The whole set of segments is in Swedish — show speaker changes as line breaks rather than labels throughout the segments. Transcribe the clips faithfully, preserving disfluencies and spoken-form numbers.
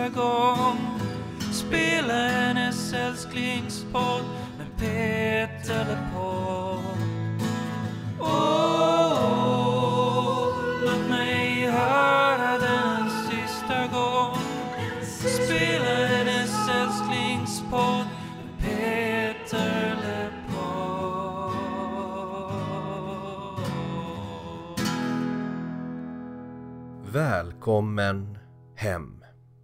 sista gång. Spela hennes älsklingspodd med Peter LePold. Åh, oh, låt mig höra den sista gång. Spela hennes älsklingspodd med Peter LePold.
Välkommen hem.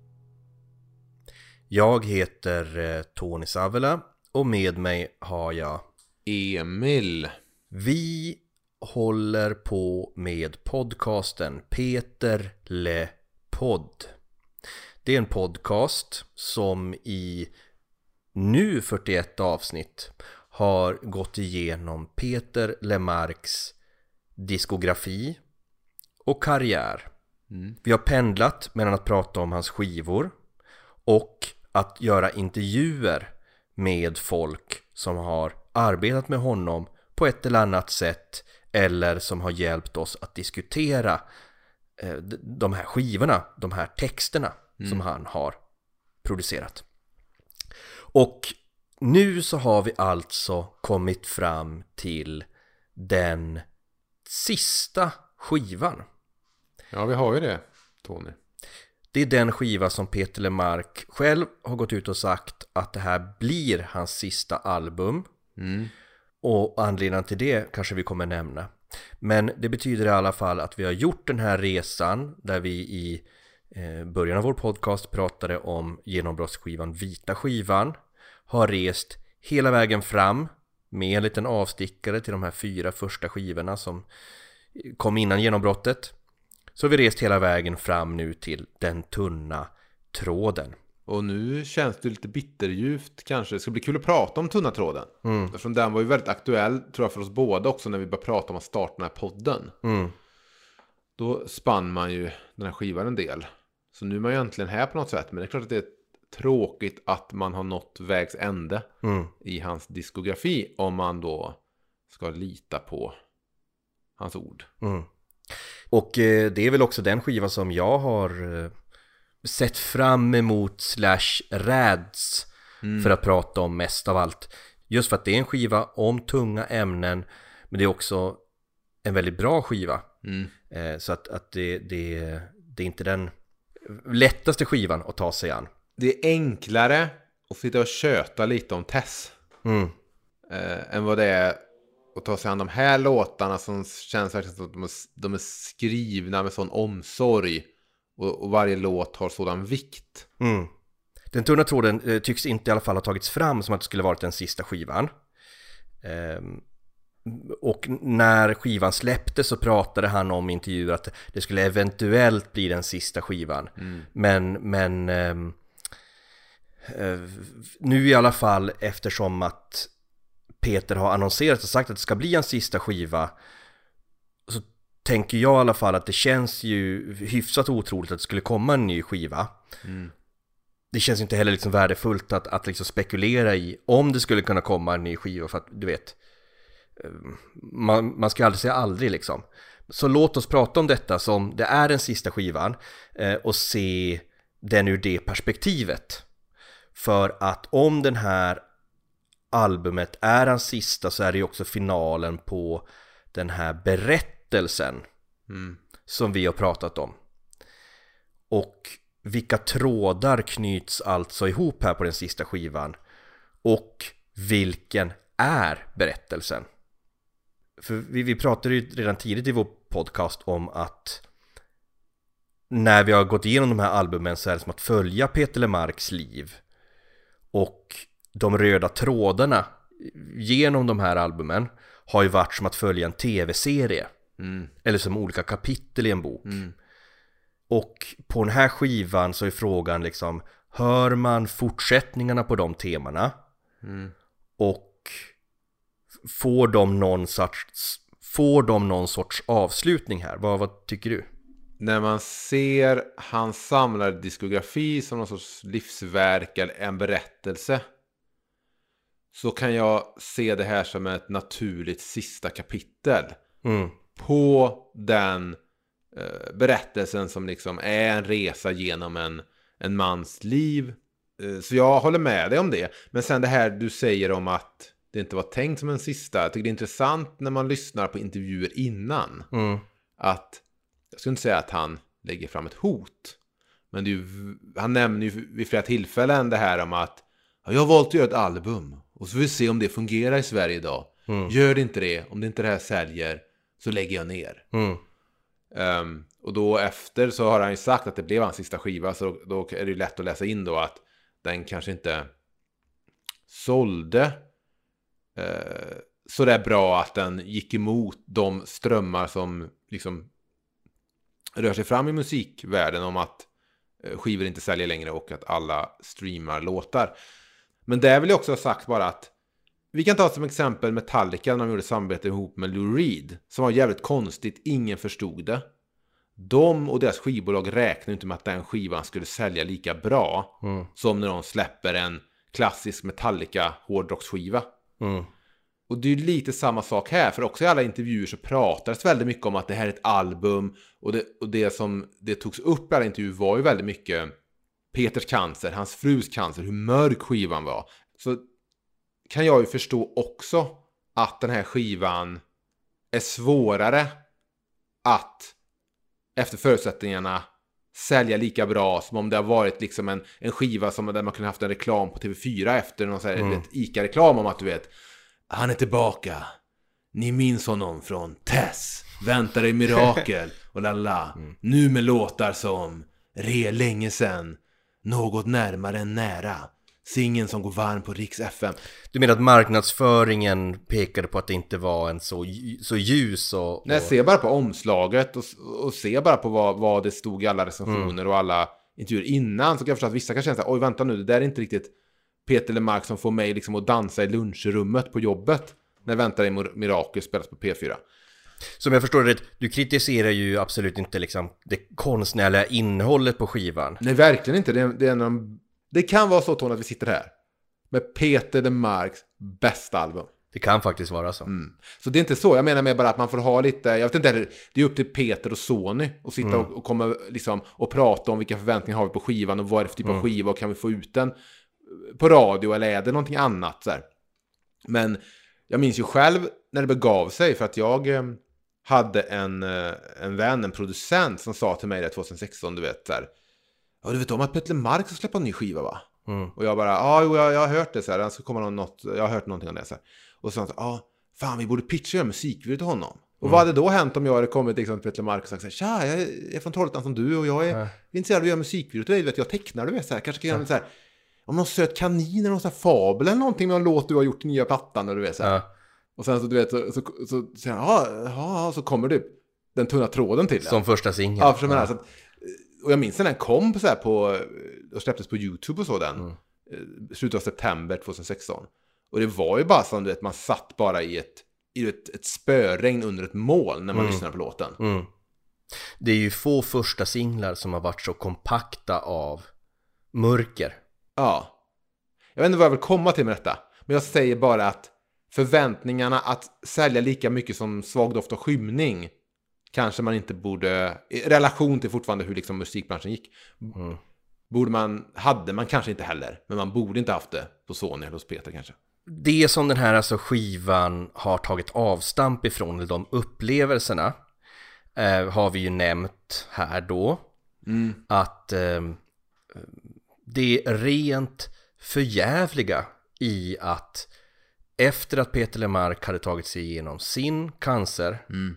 Jag heter eh, Tony Savela och med mig har jag
Emil.
Vi håller på med podcasten Peter LePold. Det är en podcast som i nu fyrtioett avsnitt har gått igenom Peter LeMarcs diskografi och karriär. Mm. Vi har pendlat mellan att prata om hans skivor och att göra intervjuer med folk som har arbetat med honom på ett eller annat sätt eller som har hjälpt oss att diskutera eh, de här skivorna, de här texterna mm. som han har producerat. Och nu så har vi alltså kommit fram till den sista skivan.
Ja, vi har ju det, Tony.
Det är den skiva som Peter LeMarc själv har gått ut och sagt att det här blir hans sista album. Mm. Och anledningen till det kanske vi kommer nämna. Men det betyder i alla fall att vi har gjort den här resan där vi i eh, början av vår podcast pratade om genombrottsskivan Vita skivan. Har rest hela vägen fram med en liten avstickare till de här fyra första skivorna som kom innan genombrottet. Så har vi rest hela vägen fram nu till Den tunna tråden.
Och nu känns det lite bitterljuvt kanske. Det ska bli kul att prata om Tunna tråden. Mm. Eftersom den var ju väldigt aktuell, tror jag, för oss båda också när vi började prata om att starta den här podden. Mm. Då spann man ju den här skivan en del. Så nu är man ju egentligen här på något sätt. Men det är klart att det är tråkigt att man har nått vägs ände mm. i hans diskografi. Om man då ska lita på hans ord.
Mm. Och eh, det är väl också den skiva som jag har eh, sett fram emot slash räds mm. för att prata om mest av allt. Just för att det är en skiva om tunga ämnen, men det är också en väldigt bra skiva. Mm. Eh, så att, att det, det, det är inte den lättaste skivan att ta sig an.
Det är enklare att sitta och köta lite om Tess mm. eh, än vad det är och ta sig an de här låtarna som känns verkligen som att de är, de är skrivna med sån omsorg. Och, och varje låt har sådan vikt.
Mm. Den tunna tråden eh, tycks inte i alla fall ha tagits fram som att det skulle varit den sista skivan. Ehm, och när skivan släpptes så pratade han om intervjuer att det skulle eventuellt bli den sista skivan. Mm. Men, men ehm, eh, nu i alla fall, eftersom att Peter har annonserat och sagt att det ska bli en sista skiva, så tänker jag i alla fall att det känns ju hyfsat otroligt att det skulle komma en ny skiva. Mm. Det känns inte heller liksom värdefullt att, att liksom spekulera i om det skulle kunna komma en ny skiva, för att du vet, man, man ska aldrig säga aldrig liksom. Så låt oss prata om detta som det är den sista skivan eh, och se den ur det perspektivet. För att om den här albumet är hans sista så är det ju också finalen på den här berättelsen mm. som vi har pratat om. Och vilka trådar knyts alltså ihop här på den sista skivan? Och vilken är berättelsen? För vi, vi pratade ju redan tidigt i vår podcast om att när vi har gått igenom de här albumen så är det som att följa Peter LeMarcs liv. Och de röda trådarna genom de här albumen har ju varit som att följa en tv-serie. Mm. Eller som olika kapitel i en bok. Mm. Och på den här skivan så är frågan liksom, hör man fortsättningarna på de temana? Mm. Och får de någon sorts, får de någon sorts avslutning här? Vad, vad tycker du?
När man ser hans samlade diskografi som någon sorts livsverk eller en berättelse, så kan jag se det här som ett naturligt sista kapitel mm. på den eh, berättelsen som liksom är en resa genom en, en mans liv. Så jag håller med dig om det. Men sen det här du säger om att det inte var tänkt som en sista. Jag tycker det är intressant när man lyssnar på intervjuer innan.
Mm.
Att, jag skulle inte säga att han lägger fram ett hot. Men det är ju, han nämner ju vid flera tillfällen det här om att ja, jag har valt att göra ett album. Och så får vi se om det fungerar i Sverige idag. Mm. Gör det inte det, om det inte det här säljer, så lägger jag ner.
Mm.
Um, och då efter så har han ju sagt att det blev hans sista skiva. Så då, då är det ju lätt att läsa in då att den kanske inte sålde uh, så det är bra att den gick emot de strömmar som liksom rör sig fram i musikvärlden om att uh, skivor inte säljer längre och att alla streamar låtar. Men det vill jag också ha sagt bara att vi kan ta som exempel Metallica när de gjorde samarbete ihop med Lou Reed, som var jävligt konstigt, ingen förstod det. De och deras skivbolag räknar inte med att den skivan skulle sälja lika bra mm. som när de släpper en klassisk Metallica hårdrocksskiva.
Mm.
Och det är ju lite samma sak här, för också i alla intervjuer så pratades väldigt mycket om att det här är ett album, och det, och det som det togs upp i alla intervjuer var ju väldigt mycket Peters cancer, hans frus cancer, hur mörk skivan var. Så kan jag ju förstå också att den här skivan är svårare att efter förutsättningarna sälja lika bra som om det har varit liksom en, en skiva som där man kunde haft en reklam på T V fyra efter någon sån här mm. ICA-reklam om att du vet, han är tillbaka, ni minns honom från Tess, väntar dig mirakel och lalla, mm. nu med låtar som Re länge sen, något närmare än nära, singeln som går varm på Riks F M.
Du menar att marknadsföringen pekade på att det inte var en så, så ljus och, och...
Nej, se bara på omslaget och, och se bara på vad, vad det stod i alla recensioner mm. och alla intervjuer innan, så kan jag förstå att vissa kan känna så här, oj vänta nu, det där är inte riktigt Peter LeMarc som får mig liksom att dansa i lunchrummet på jobbet när Väntar i Mirakel spelas på P fyra.
Som jag förstår det, du kritiserar ju absolut inte liksom det konstnärliga innehållet på skivan.
Nej, verkligen inte. Det, är, det, är en av de, det kan vara så, Tony, att vi sitter här med Peter LeMarcs bästa album.
Det kan faktiskt vara så.
Mm. Så det är inte så. Jag menar med bara att man får ha lite... Jag vet inte, det är upp till Peter och Sony att sitta mm. och, och komma liksom och prata om vilka förväntningar har vi på skivan och vad är det för typ mm. av skiva och kan vi få ut den på radio eller är det någonting annat så här. Men jag minns ju själv när det begav sig, för att jag eh, hade en, eh, en vän, en producent som sa till mig det tjugohundrasexton, du vet så här, ja, du vet om att Peter LeMarc ska släppa en ny skiva, va?
Mm.
Och jag bara, ja, jo, jag, jag har hört det så här, den ska komma något, jag har hört någonting om det så här. Och så sa han, ja, fan, vi borde pitcha en musikvideo till honom. Och mm. vad hade då hänt om jag hade kommit liksom, till Peter LeMarc och sagt så här, tja, jag är från Trollhättan som du och jag är mm. intresserad av att göra musikvideo till dig, du vet, jag tecknar, du vet så här, kanske kan jag mm. så här, om någon söt kanin eller någon sån här fabel eller någonting med en låt du har gjort i nya plattan, och du vet så här. Mm. Och sen så du vet så så så, så, ja, ja, så kommer du den tunna tråden till
som den. Första singeln.
Ja, för ja. Så att, och jag minns när den kom på så här på och släpptes på YouTube och så den mm. slutet av september tjugohundrasexton. Och det var ju bara som du vet, man satt bara i ett i ett, ett spöregn under ett moln när man
mm.
lyssnar på låten.
Mm. Det är ju få första singlar som har varit så kompakta av mörker.
Ja. Jag vet inte vad jag vill komma till med detta, men jag säger bara att förväntningarna att sälja lika mycket som Svag doft och skymning kanske man inte borde, i relation till fortfarande hur liksom musikbranschen gick, mm. borde man, hade man kanske inte heller, men man borde inte haft det på Sony eller hos Peter kanske.
Det som den här alltså skivan har tagit avstamp ifrån, eller de upplevelserna, eh, har vi ju nämnt här då,
mm.
att eh, det är rent förjävliga i att efter att Peter LeMarc hade tagit sig igenom sin cancer
mm.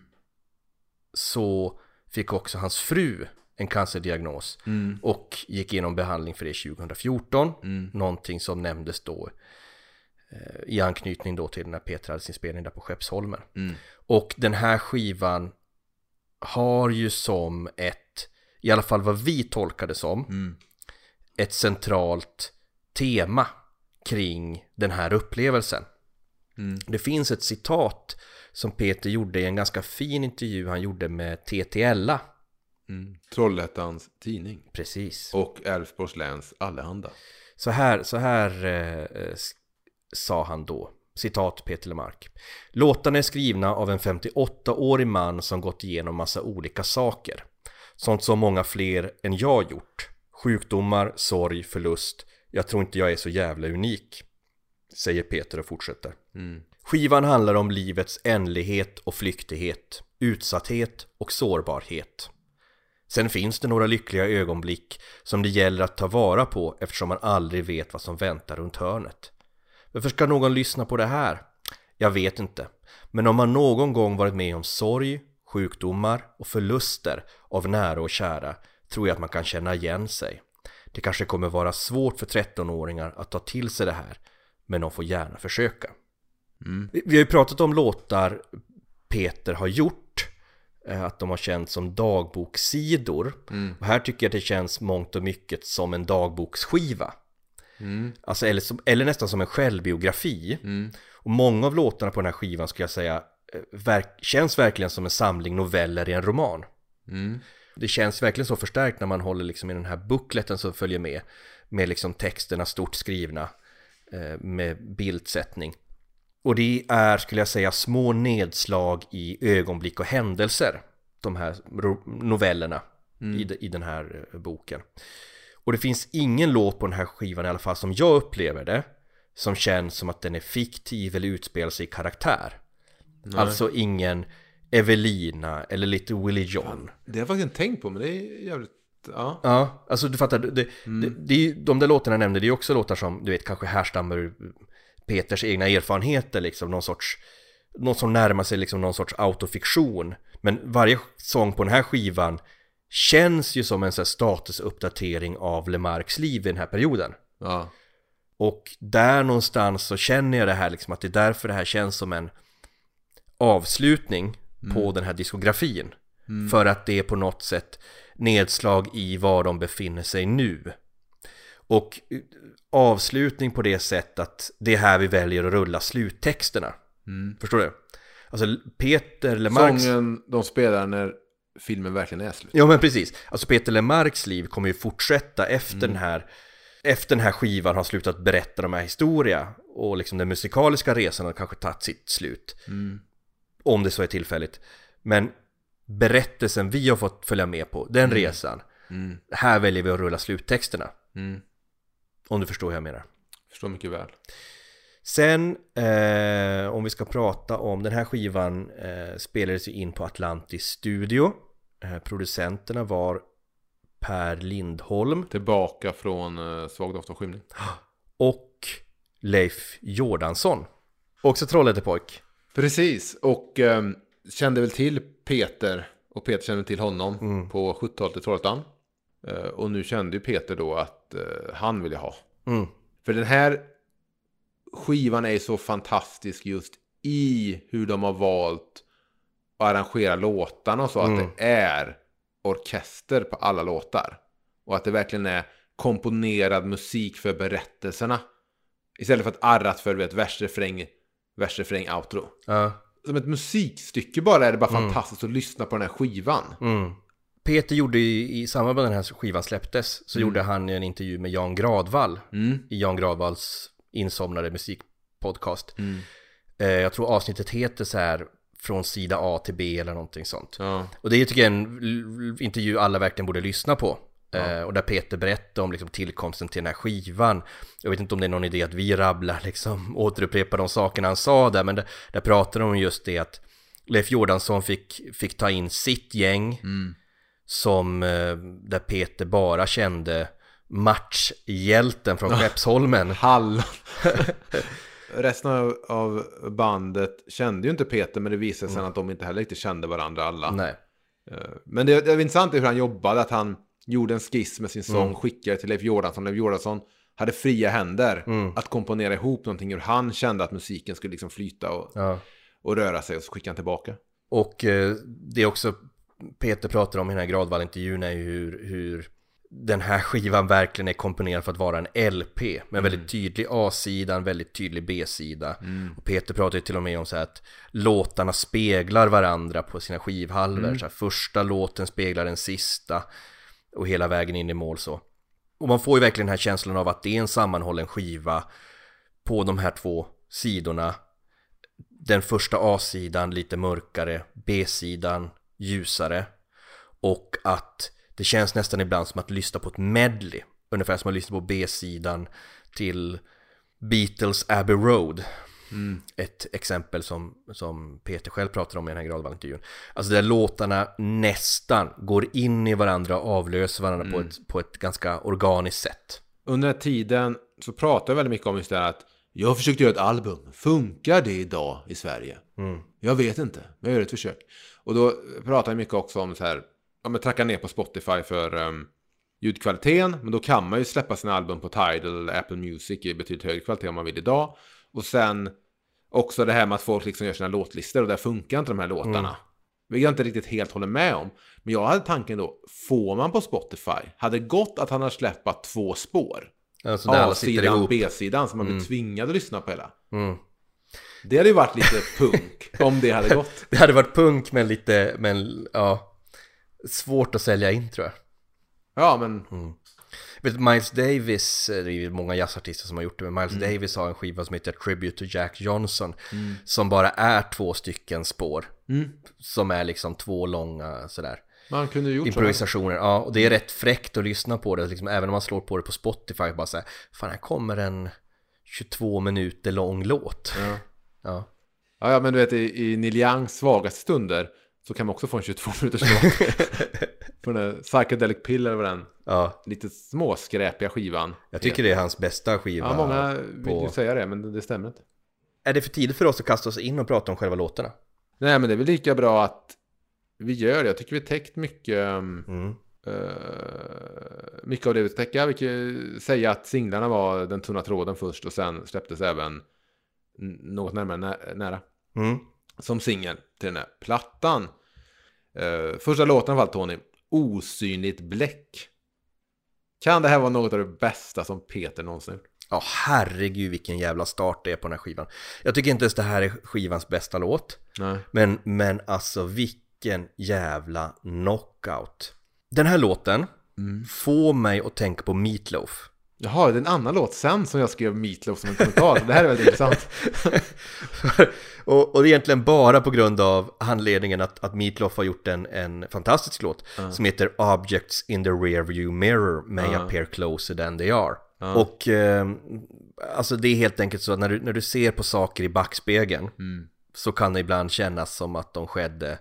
så fick också hans fru en cancerdiagnos
mm.
och gick igenom behandling för det tjugohundrafjorton.
Mm.
Någonting som nämndes då eh, i anknytning då till när Peter hade sin spelning där på Skeppsholmen.
Mm.
Och den här skivan har ju som ett, i alla fall vad vi tolkade som,
mm.
ett centralt tema kring den här upplevelsen.
Mm.
Det finns ett citat som Peter gjorde i en ganska fin intervju han gjorde med T T L.
Mm. Trollhättans tidning.
Precis.
Och Älvsborgs läns Allehanda.
Så här, så här eh, sa han då. Citat Peter LeMarc. Låtarna är skrivna av en femtioåttaårig man som gått igenom massa olika saker. Sånt som många fler än jag gjort. Sjukdomar, sorg, förlust. Jag tror inte jag är så jävla unik, säger Peter och fortsätter.
Mm.
Skivan handlar om livets ändlighet och flyktighet, utsatthet och sårbarhet. Sen finns det några lyckliga ögonblick som det gäller att ta vara på eftersom man aldrig vet vad som väntar runt hörnet. Varför ska någon lyssna på det här? Jag vet inte. Men om man någon gång varit med om sorg, sjukdomar och förluster av nära och kära tror jag att man kan känna igen sig. Det kanske kommer vara svårt för trettonåringar att ta till sig det här, men de får gärna försöka. Mm. Vi, vi har ju pratat om låtar Peter har gjort, att de har känts som dagbokssidor. Mm. Och här tycker jag att det känns mångt och mycket som en dagboksskiva. Mm. Alltså, eller, som, eller nästan som en självbiografi. Mm. Och många av låtarna på den här skivan skulle jag säga verk, känns verkligen som en samling noveller i en roman. Mm. Det känns verkligen så förstärkt när man håller liksom i den här bookleten som följer med, med liksom texterna stort skrivna, eh, med bildsättning. Och det är, skulle jag säga, små nedslag i ögonblick och händelser, de här novellerna mm. i, i den här boken. Och det finns ingen låt på den här skivan i alla fall som jag upplever det som känns som att den är fiktiv eller utspelar sig i karaktär. Nej. Alltså ingen Evelina eller lite Willie John.
Ja, det har jag faktiskt inte tänkt på, men det är jävligt... Ja,
ja alltså du fattar, det, mm. det, det, de där låtarna jag nämnde, det är också låtar som du vet kanske härstammar ur Peters egna erfarenheter, liksom någon sorts, någon som närmar sig liksom någon sorts autofiktion. Men varje sång på den här skivan känns ju som en så här statusuppdatering av Lemarques liv i den här perioden.
Ja.
Och där någonstans så känner jag det här liksom, att det är därför det här känns som en avslutning mm. på den här diskografin. Mm. För att det är på något sätt nedslag i var de befinner sig nu. Och avslutning på det sätt att det är här vi väljer att rulla sluttexterna. Mm. Förstår du? Alltså Peter Lemarques...
Sången de spelar när filmen verkligen är slut.
Ja, men precis. Alltså Peter Lemarques liv kommer ju fortsätta efter mm. den här efter den här skivan har slutat berätta de här historia och liksom den musikaliska resan har kanske tagit sitt slut. Mm. Om det så är tillfälligt. Men berättelsen vi har fått följa med på, den mm. resan, mm. här väljer vi att rulla sluttexterna. Mm. Om du förstår hur jag menar.
Förstår mycket väl.
Sen, eh, om vi ska prata om den här skivan, eh, spelades ju in på Atlantis Studio. Eh, producenterna var Per Lindholm.
Tillbaka från eh, Svag doft och skymning.
Och Leif Jordansson. Också Trollhättepojk.
Precis, och eh, kände väl till Peter. Och Peter kände till honom mm. på sjuttiotalet i Trollhättan. Eh, och nu kände ju Peter då att eh, han ville ha. Mm. För den här skivan är så fantastisk just i hur de har valt att arrangera låtarna och så. Mm. Att det är orkester på alla låtar. Och att det verkligen är komponerad musik för berättelserna. Istället för att arrat för ett versrefräng, versrefräng, outro.
Uh.
Som ett musikstycke bara är det bara mm. fantastiskt att lyssna på den här skivan.
Mm. Peter gjorde i, i samband med den här skivan släpptes så mm. gjorde han en intervju med Jan Gradvall mm. i Jan Gradvalls insomnade musikpodcast. Mm. Eh, jag tror avsnittet heter så här från sida A till B eller någonting sånt. Ja. Och det tycker jag är en intervju alla verkligen borde lyssna på. Ja. Eh, och där Peter berättar om liksom tillkomsten till den här skivan. Jag vet inte om det är någon idé att vi rabblar liksom, återupprepar de sakerna han sa där, men där, där pratar de om just det att Leif Jordansson fick, fick ta in sitt gäng mm. som eh, där Peter bara kände matchhjälten från Skeppsholmen.
Hall. Resten av, av bandet kände ju inte Peter, men det visade sig mm. att de inte heller riktigt kände varandra alla.
Nej.
Men det, det är intressant hur han jobbade, att han gjorde en skiss med sin sång, mm. skickade till Leif Jordansson. Leif Jordansson hade fria händer mm. att komponera ihop någonting hur han kände att musiken skulle liksom flyta och, ja. och röra sig, och så skickade han tillbaka.
Och eh, det är också Peter pratar om i den här Gradvall-intervjun är hur, hur den här skivan verkligen är komponerad för att vara en L P med en mm. väldigt tydlig A-sida, en väldigt tydlig B-sida. Mm. Och Peter pratar ju till och med om så här att låtarna speglar varandra på sina skivhalvor. Mm. Så här, första låten speglar den sista och hela vägen in i mål så. Och man får ju verkligen den här känslan av att det är en sammanhållen skiva på de här två sidorna. Den första A-sidan lite mörkare, B-sidan ljusare. Och att Det känns nästan ibland som att lyssna på ett medley. Ungefär som att lyssna på B-sidan till Beatles Abbey Road. Mm. Ett exempel som, som Peter själv pratar om i den här Gradvall-intervjun. Alltså där låtarna nästan går in i varandra och avlöser varandra mm. på, ett, på ett ganska organiskt sätt.
Under den här tiden så pratar jag väldigt mycket om just det här att jag har försökt göra ett album. Funkar det idag i Sverige? Mm. Jag vet inte, men jag gör ett försök. Och då pratar jag mycket också om så här, ja, men tracka ner på Spotify för um, ljudkvaliteten. Men då kan man ju släppa sina album på Tidal eller Apple Music i betydligt högre kvalitet om man vill idag. Och sen också det här med att folk liksom gör sina låtlistor och där funkar inte de här låtarna. Mm. Vilket jag inte riktigt helt håller med om. Men jag hade tanken då, får man på Spotify, hade det gått att han har släppt två spår.
Alltså A-sidan,
B-sidan som man blir mm. tvingad att lyssna på hela. Mm. Det hade ju varit lite punk om det hade gått.
Det hade varit punk men lite, men ja, svårt att sälja in tror jag.
Ja, men...
Mm. Vet, Miles Davis, det är ju många jazzartister som har gjort det, men Miles mm. Davis har en skiva som heter Tribute to Jack Johnson mm. som bara är två stycken spår. Mm. Som är liksom två långa sådär.
Man kunde gjort
improvisationer, ja, och det är rätt fräckt att lyssna på det liksom, även om man slår på det på Spotify bara så här, fan här kommer en tjugotvå minuter lång låt.
Ja.
Ja.
Ja, ja, men du vet i, i Neil Youngs svagaste stunder så kan man också få en tjugotvå minuters låt. På den där Psychedelic Pill eller vad den
ja.
lite småskräpiga skivan.
Jag tycker det är hans bästa skiva.
Ja, många vill ju säga det, men det stämmer inte.
Är det för tidigt för oss att kasta oss in och prata om själva låtarna?
Nej, men det är väl lika bra att vi gör det. Jag tycker vi har täckt mycket mm. uh, mycket av det vi ska täcka. Vi kan säga att singlarna var Den tunna tråden först och sen släpptes även något närmare nä- nära
mm.
som singel till den här plattan. Uh, första låten var Tony, Osynligt bläck. Kan det här vara något av det bästa som Peter någonsin?
Ja, oh, herregud vilken jävla start det är på den här skivan. Jag tycker inte ens det här är skivans bästa låt.
Nej.
Men, men alltså vilken jävla knockout. Den här låten mm. får mig att tänka på Meatloaf.
Jaha, det är en annan låt sen som jag skrev Meatloaf som en kommentar. Det här är väldigt intressant.
och, och det är egentligen bara på grund av anledningen att, att Meatloaf har gjort en, en fantastisk låt uh. som heter Objects in the Rearview Mirror may uh. appear closer than they are. Uh. Och eh, alltså det är helt enkelt så att när du, när du ser på saker i backspegeln
mm. så
kan det ibland kännas som att de skedde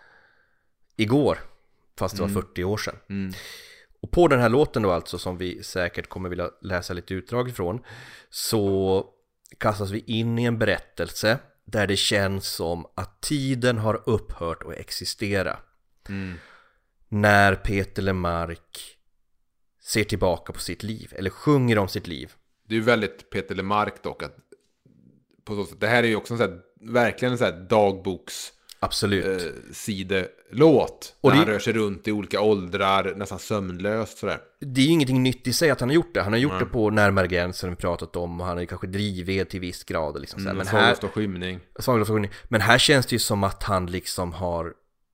igår fast det var mm. fyrtio år sedan.
Mm.
Och på den här låten då alltså, som vi säkert kommer vilja läsa lite utdrag ifrån, så kastas vi in i en berättelse där det känns som att tiden har upphört att existera.
Mm.
När Peter Lemark ser tillbaka på sitt liv, eller sjunger om sitt liv.
Det är ju väldigt Peter Lemark dock att på så sätt, det här är ju också en sån här, verkligen en sån här dagboks
absolut
eh, sidelåt. Och
det,
han rör sig runt i olika åldrar, nästan sömnlöst sådär.
Det är ju ingenting nytt i sig att han har gjort det. Han har gjort mm. det på närmare gränser vi pratat om, och han har ju kanske drivit till viss grad liksom,
mm,
men
här och skymning.
och skymning. Men här känns det ju som att han liksom har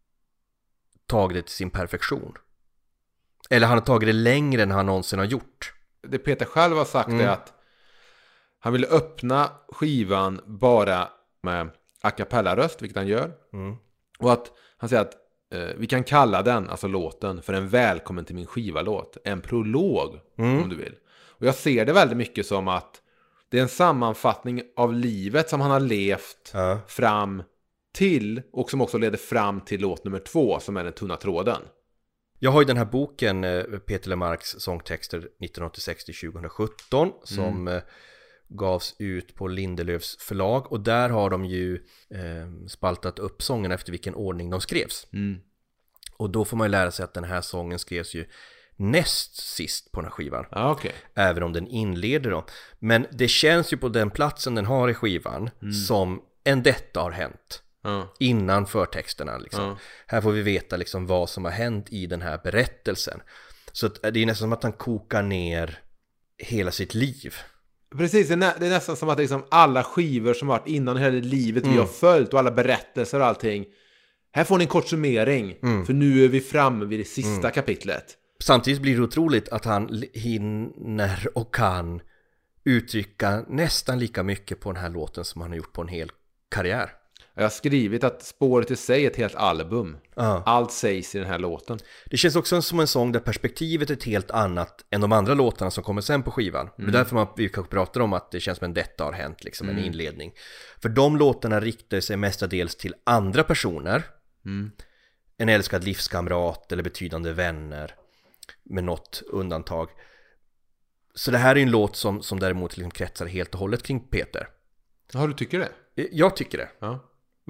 tagit det till sin perfektion. Eller han har tagit det längre än han någonsin har gjort.
Det Peter själv har sagt
mm.
är att han vill öppna skivan bara med a cappella-röst, vilket han gör.
Mm.
Och att han säger att eh, vi kan kalla den, alltså låten, för en välkommen till min skiva-låt. En prolog,
mm.
om du vill. Och jag ser det väldigt mycket som att det är en sammanfattning av livet som han har levt
ja.
fram till, och som också leder fram till låt nummer två, som är Den tunna tråden.
Jag har ju den här boken, Peter Lemarks sångtexter nittonhundraåttiosex till tjugosjutton, som mm. gavs ut på Lindelöfs förlag, och där har de ju eh, spaltat upp sången efter vilken ordning de skrevs.
Mm.
Och då får man ju lära sig att den här sången skrevs ju näst sist på den här skivan.
Ah, okay.
Även om den inleder då. Men det känns ju på den platsen den har i skivan mm. som en detta har hänt.
Uh.
Innan förtexterna liksom.
Uh.
Här får vi veta liksom vad som har hänt i den här berättelsen. Så att det är nästan som att han kokar ner hela sitt liv.
Precis, det är, nä- det är nästan som att liksom alla skivor som varit innan hela livet
mm.
vi har följt, och alla berättelser och allting. Här får ni en kort summering,
mm.
för nu är vi framme vid det sista
mm.
kapitlet.
Samtidigt blir det otroligt att han hinner och kan uttrycka nästan lika mycket på den här låten som han har gjort på en hel karriär.
Jag har skrivit att spåret i sig är ett helt album.
Ja.
Allt sägs i den här låten.
Det känns också som en sång där perspektivet är ett helt annat än de andra låtarna som kommer sen på skivan. Mm. Det är därför man, vi kanske pratar om att det känns som en detta har hänt, liksom mm. en inledning. För de låtarna riktar sig mestadels till andra personer. Mm. En älskad livskamrat eller betydande vänner, med något undantag. Så det här är en låt som, som däremot liksom kretsar helt och hållet kring Peter.
Ja, du tycker det?
Jag tycker det.
Ja.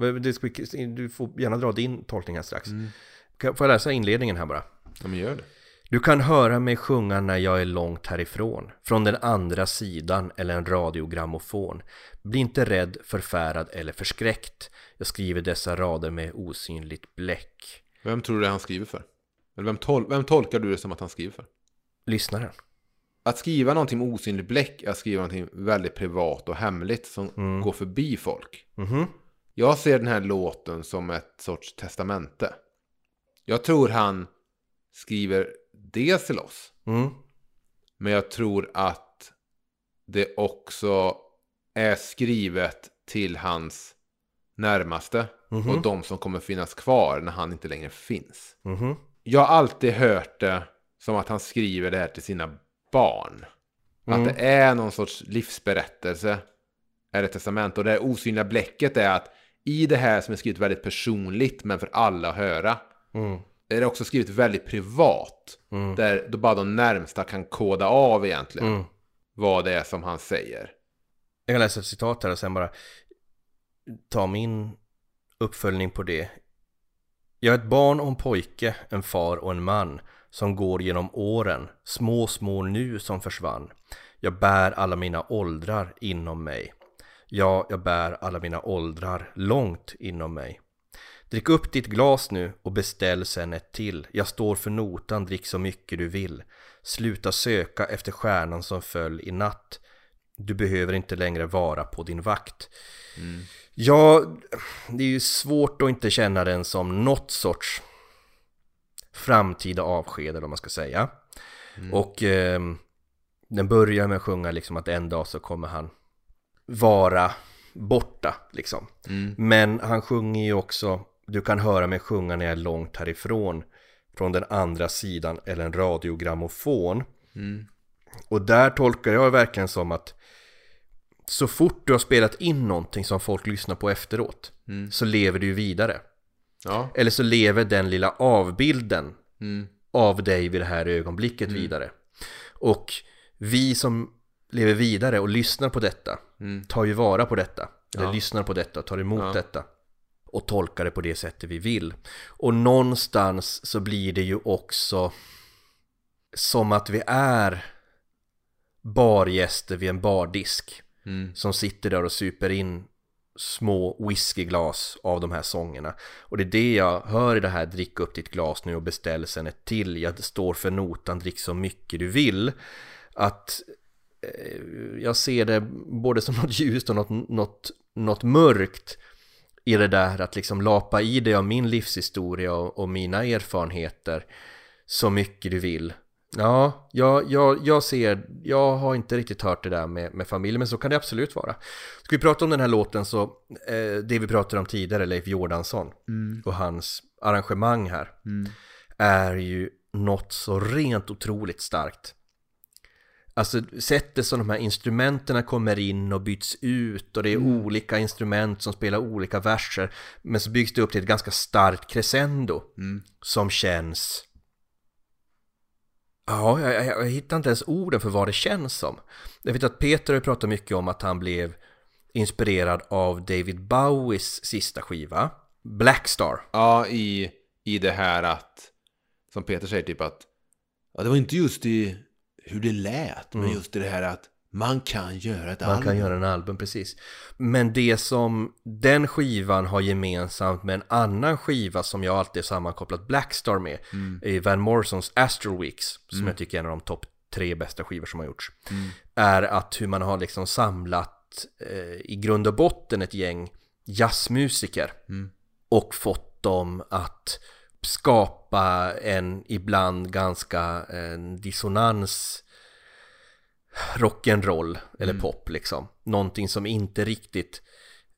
Du får gärna dra din tolkning här strax. Mm. Får jag läsa inledningen här bara?
Ja, men gör det.
Du kan höra mig sjunga när jag är långt härifrån, från den andra sidan eller en radiogrammofon. Bli inte rädd, förfärad eller förskräckt. Jag skriver dessa rader med osynligt bläck.
Vem tror du det han skriver för? Eller vem, tol- vem tolkar du det som att han skriver för?
Lyssnaren.
Att skriva någonting med osynligt bläck är att skriva någonting väldigt privat och hemligt som mm. går förbi folk. Mm-hmm. Jag ser den här låten som ett sorts testamente. Jag tror han skriver det till oss. Mm. Men jag tror att det också är skrivet till hans närmaste. Mm-hmm. Och de som kommer finnas kvar när han inte längre finns. Mm-hmm. Jag har alltid hört det som att han skriver det här till sina barn. Mm. Att det är någon sorts livsberättelse. Är ett testament. Och det här osynliga bläcket är att i det här som är skrivet väldigt personligt men för alla att höra. Mm. Är det också skrivet väldigt privat. Mm. Där då bara de närmsta kan koda av egentligen. Mm. Vad det är som han säger.
Jag kan läsa ett citat här och sen bara ta min uppföljning på det. Jag är ett barn och en pojke, en far och en man som går genom åren, små små nu som försvann. Jag bär alla mina åldrar inom mig. Ja, jag bär alla mina åldrar långt inom mig. Drick upp ditt glas nu och beställ sen ett till. Jag står för notan, drick så mycket du vill. Sluta söka efter stjärnan som föll i natt. Du behöver inte längre vara på din vakt. Mm. Ja, det är ju svårt att inte känna den som något sorts framtida avsked, eller vad man ska säga. Mm. Och eh, den börjar med att sjunga liksom att en dag så kommer han vara borta liksom. Mm. Men han sjunger ju också, du kan höra mig sjunga när jag är långt härifrån, från den andra sidan eller en radiogrammofon. Mm. Och där tolkar jag verkligen som att så fort du har spelat in någonting som folk lyssnar på efteråt mm. så lever du vidare. Ja. Eller så lever den lilla avbilden mm. av dig vid det här ögonblicket mm. vidare. Och vi som lever vidare och lyssnar på detta mm. tar ju vara på detta. Eller ja. lyssnar på detta och tar emot ja. detta. Och tolkar det på det sättet vi vill. Och någonstans så blir det ju också som att vi är bargäster vid en bardisk. Mm. Som sitter där och super in små whiskyglas av de här sångerna. Och det är det jag hör i det här: drick upp ditt glas nu och beställ sen ett till. Jag står för notan, drick så mycket du vill. Att eh, jag ser det både som något ljust och något, något, något mörkt i det där att liksom lapa i det av min livshistoria och, och mina erfarenheter så mycket du vill. Ja, jag, jag, jag ser, jag har inte riktigt hört det där med, med familj, men så kan det absolut vara. Ska vi prata om den här låten så, eh, det vi pratade om tidigare, Leif Jordansson mm. och hans arrangemang här mm. är ju något så rent otroligt starkt. Alltså sättet som de här instrumenten kommer in och byts ut och det är mm. olika instrument som spelar olika verser, men så byggs det upp till ett ganska starkt crescendo mm. som känns... Ja, jag, jag, jag hittar inte ens orden för vad det känns som. Jag vet att Peter har pratat mycket om att han blev inspirerad av David Bowies sista skiva, Black Star.
Ja, i, i det här att, som Peter säger typ att ja, det var inte just i hur det lät, mm. men just i det här att man kan göra ett
man
album.
Man kan göra en album, precis. Men det som den skivan har gemensamt med en annan skiva som jag alltid sammankopplat Black Star med mm. är Van Morrisons Astral Weeks, som mm. jag tycker är en av de topp tre bästa skivor som har gjorts. Mm. Är att hur man har liksom samlat eh, i grund och botten ett gäng jazzmusiker mm. och fått dem att skapa en ibland ganska en dissonans rock'n'roll eller mm. pop liksom. Någonting som inte riktigt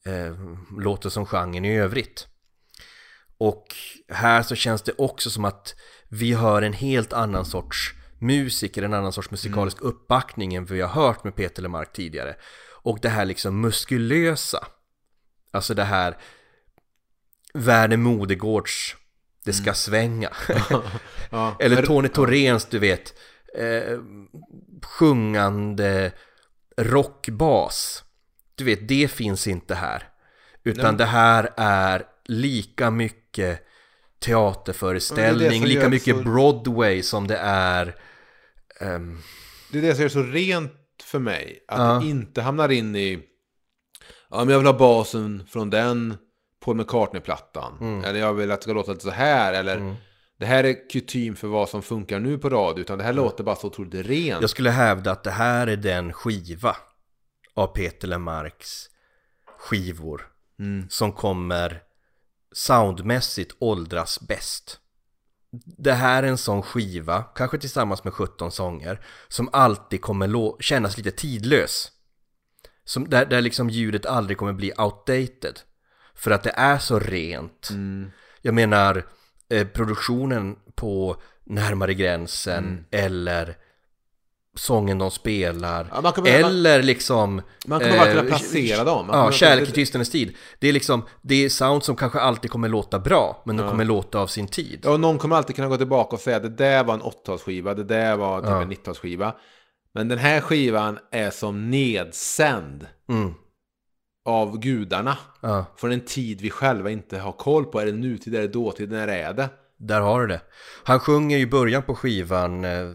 eh, låter som genren i övrigt. Och här så känns det också som att vi hör en helt annan sorts musiker, en annan sorts musikalisk mm. uppbackning än vi har hört med Peter Lemark tidigare. Och det här liksom muskulösa, alltså det här Werner Modegårds det ska mm. svänga. ja. Eller Tony Thoréns, du vet, eh, sjungande rockbas. Du vet, det finns inte här. Utan Nej. det här är lika mycket teaterföreställning, det det lika mycket så... Broadway som det är um...
det är det som är så rent för mig, att ja. det inte hamnar in i ja men jag vill ha basen från den Paul McCartney-plattan mm. eller jag vill att det ska låta lite så här eller mm. det här är kutym för vad som funkar nu på radio, utan det här mm. låter bara så otroligt rent.
Jag skulle hävda att det här är den skiva av Peter Lemarks skivor mm. som kommer soundmässigt åldras bäst. Det här är en sån skiva, kanske tillsammans med sjutton sånger, som alltid kommer lo- kännas lite tidlös. Som, där, där liksom ljudet aldrig kommer bli outdated. För att det är så rent. Mm. Jag menar, eh, produktionen på Närmare gränsen mm. eller sången de spelar ja, kan, eller man, liksom
man kommer bara kunna placera eh, dem.
Ja, Kärlek i tystnadens tid. Det är liksom det är sound som kanske alltid kommer låta bra, men ja. de kommer låta av sin tid.
Ja, och någon kommer alltid kunna gå tillbaka och säga att det där var en åttiotalsskiva, det där var typ ja. en nittiotalsskiva. Men den här skivan är som nedsänd mm. av gudarna ja. från en tid vi själva inte har koll på. Är det nutid, är det dåtid, när är det?
Där har du det. Han sjunger i början på skivan eh,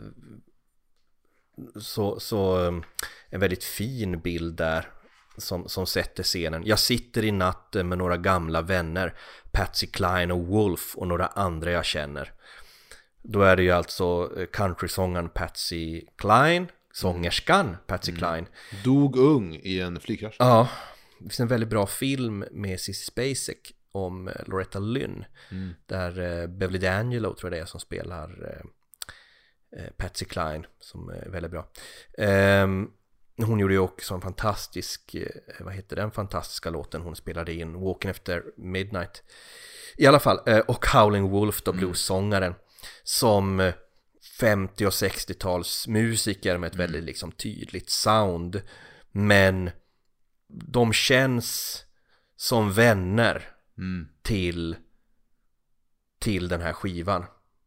Så, så en väldigt fin bild där som, som sätter scenen. Jag sitter i natten med några gamla vänner, Patsy Cline och Wolf och några andra jag känner. Då är det ju alltså countrysångaren Patsy Cline, sångerskan Patsy mm. Cline.
Dog ung i en flygkrasch.
Ja, det finns en väldigt bra film med Sissy Spacek om Loretta Lynn mm. där Beverly D'Angelo tror jag det är som spelar Patsy Cline, som är väldigt bra. Um, hon gjorde ju också en fantastisk, vad heter den fantastiska låten hon spelade in, Walking After Midnight. I alla fall, uh, och Howling Wolf då, bluessångaren, som femtio- och sextio-tals musiker med ett väldigt liksom tydligt sound, men de känns som vänner mm. till till den här skivan.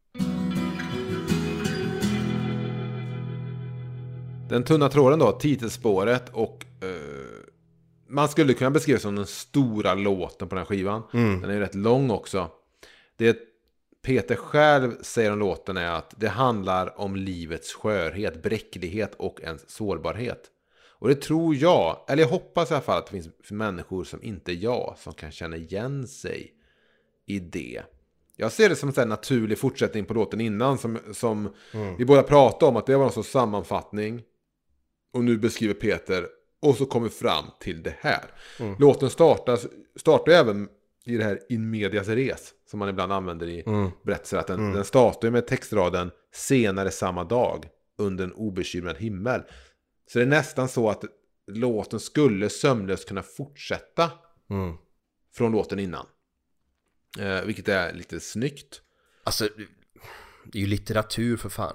Den tunna tråden då, titelspåret, och eh, man skulle kunna beskriva som den stora låten på den här skivan. Mm. Den är ju rätt lång också. Det Peter själv säger om låten är att det handlar om livets skörhet, bräcklighet och en sårbarhet. Och det tror jag, eller jag hoppas i alla fall att det finns människor som inte är jag som kan känna igen sig i det. Jag ser det som en naturlig fortsättning på låten innan som, som mm. vi båda pratade om, att det var en sån sammanfattning. Och nu beskriver Peter, och så kommer fram till det här. Mm. Låten startas, startar även i det här in medias res, som man ibland använder i mm. berättelser. Att den, mm. den startar med textraden senare samma dag under en obekymrad himmel. Så det är nästan så att låten skulle sömlöst kunna fortsätta mm. från låten innan. Eh, vilket är lite snyggt.
Alltså, det är ju litteratur för fan.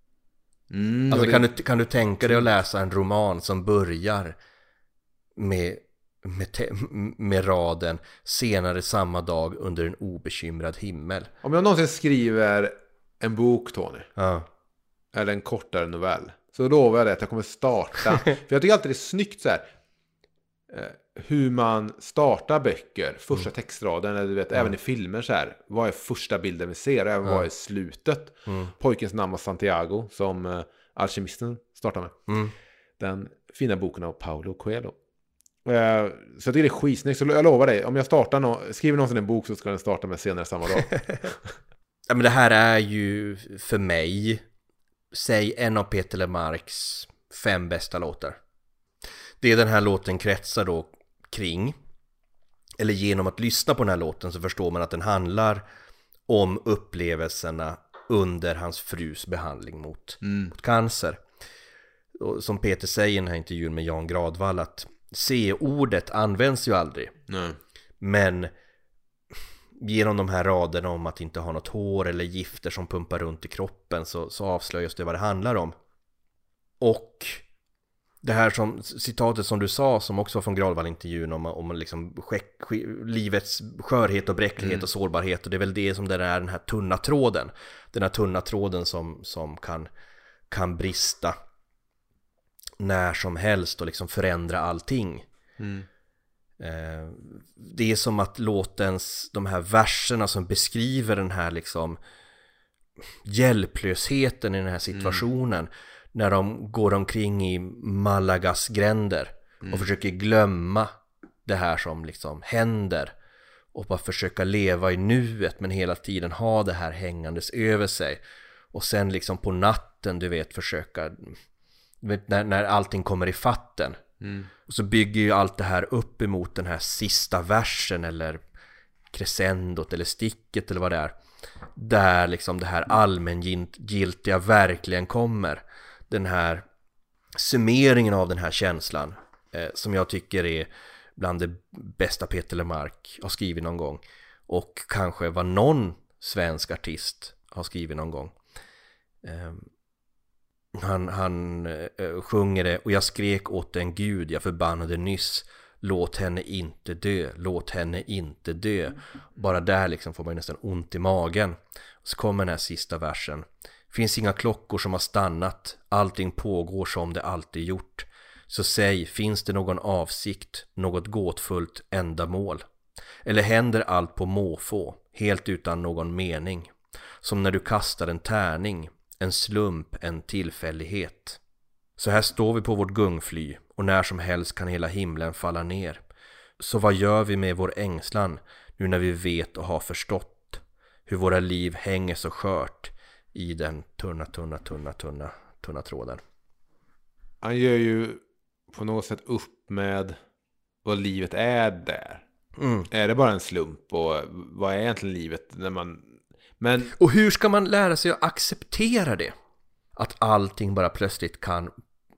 Mm,
alltså
det...
kan, du, kan du tänka dig att läsa en roman som börjar med, med, te, med raden senare samma dag under en obekymrad himmel?
Om jag någonsin skriver en bok, Tony,
ja.
eller en kortare novell, så lovar jag det att jag kommer starta. För jag tycker alltid det är snyggt så här, hur man startar böcker, första mm. textraden, eller du vet, mm. även i filmer så här, vad är första bilden vi ser, och även mm. vad är slutet. Mm. Pojkens namn var Santiago, som uh, Alkemisten startar med. Mm. Den fina boken av Paulo Coelho. Uh, så jag tycker det är skitsnyggt, så jag lovar dig, om jag startar no- skriver någonsin en bok, så ska den starta med senare samma dag.
Ja, men det här är ju för mig, säg en av Peter Lemarks fem bästa låtar. Det är den här låten kretsar då kring, eller genom att lyssna på den här låten så förstår man att den handlar om upplevelserna under hans frus behandling mot, mm. mot cancer. Och som Peter säger i den här intervjun med Jan Gradvall, att C-ordet används ju aldrig.
Nej.
Men genom de här raderna om att inte ha något hår eller gifter som pumpar runt i kroppen så, så avslöjas det vad det handlar om. Och det här som, citatet som du sa som också var från Gradvall-intervjun om, om liksom skick, skick, livets skörhet och bräcklighet mm. och sårbarhet, och det är väl det som det är, den här tunna tråden. Den här tunna tråden som, som kan, kan brista när som helst och liksom förändra allting. Mm. Eh, det är som att låtens, de här verserna som beskriver den här liksom hjälplösheten i den här situationen, mm. när de går omkring i Malagas gränder mm. och försöker glömma det här som liksom händer och bara försöka leva i nuet, men hela tiden ha det här hängandes över sig, och sen liksom på natten, du vet, försöka när, när allting kommer i fatten. Mm. Och så bygger ju allt det här upp emot den här sista versen eller crescendot eller sticket eller vad det är, där liksom det här allmängiltiga verkligen kommer. Den här summeringen av den här känslan eh, som jag tycker är bland det bästa Peter Lemark har skrivit någon gång, och kanske vad någon svensk artist har skrivit någon gång. eh, Han, han uh, sjunger det: och jag skrek åt en gud jag förbannade nyss, låt henne inte dö, låt henne inte dö. Bara där liksom får man nästan ont i magen. Så kommer den här sista versen: finns inga klockor som har stannat, allting pågår som det alltid gjort. Så säg, finns det någon avsikt, något gåtfullt ändamål? Eller händer allt på måfå, helt utan någon mening? Som när du kastar en tärning, en slump, en tillfällighet. Så här står vi på vårt gungfly, och när som helst kan hela himlen falla ner. Så vad gör vi med vår ängslan nu när vi vet och har förstått hur våra liv hänger så skört i den tunna, tunna, tunna, tunna, tunna tråden?
Han gör ju på något sätt upp med vad livet är där. Mm. Är det bara en slump, och vad är egentligen livet när man... Men...
Och hur ska man lära sig att acceptera det? Att allting bara plötsligt kan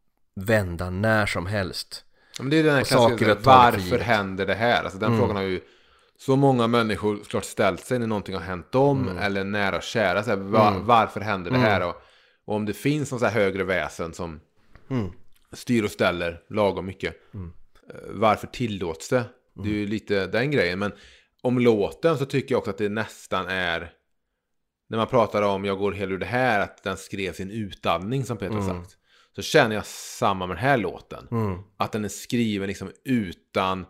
vända när som helst.
Men det är den här klassiska, varför händer det här? Alltså den mm. frågan har ju så många människor klart ställt sig när någonting har hänt dem mm. eller nära kära. Så här, var, mm. Varför händer det här? Och, och om det finns någon så här högre väsen som mm. styr och ställer lagom mycket. Mm. Varför tillåts det? Det är ju lite den grejen. Men om låten så tycker jag också att det nästan är, när man pratar om jag går hela ur det här, att den skrev sin utandning som Peter mm. har sagt, så känner jag samma med den här låten. Mm. Att den är skriven liksom utan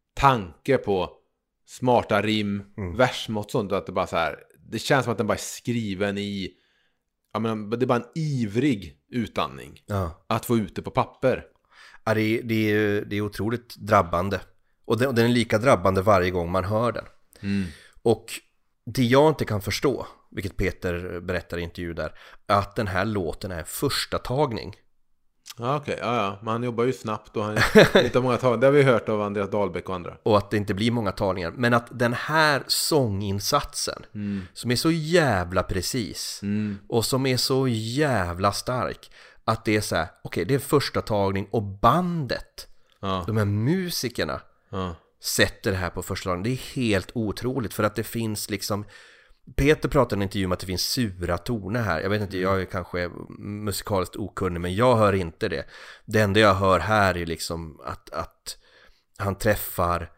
tanke på smarta rim, mm. versmått, sånt. Att det bara så här, det känns som att den bara är skriven i, jag menar, det är bara en ivrig utandning. Ja. Att få ut det på papper.
Ja, det är, det är, det är otroligt drabbande. Och den, och den är lika drabbande varje gång man hör den. Mm. Och det jag inte kan förstå, vilket Peter berättar i intervju där, att den här låten är första tagning.
Ja, okej. Okay. Ja, ja. Men han jobbar ju snabbt och han inte många tagningar. Det har vi hört av Andreas Dahlbäck och andra.
Och att det inte blir många tagningar. Men att den här sånginsatsen mm. som är så jävla precis mm. och som är så jävla stark, att det är så här, okej, okay, det är första tagning och bandet, ja. de här musikerna ja. sätter det här på första tagning. Det är helt otroligt, för att det finns liksom, Peter pratade i en intervju om att det finns sura toner här. Jag vet inte, jag är kanske musikaliskt okunnig, men jag hör inte det. Det enda jag hör här är liksom att, att han träffar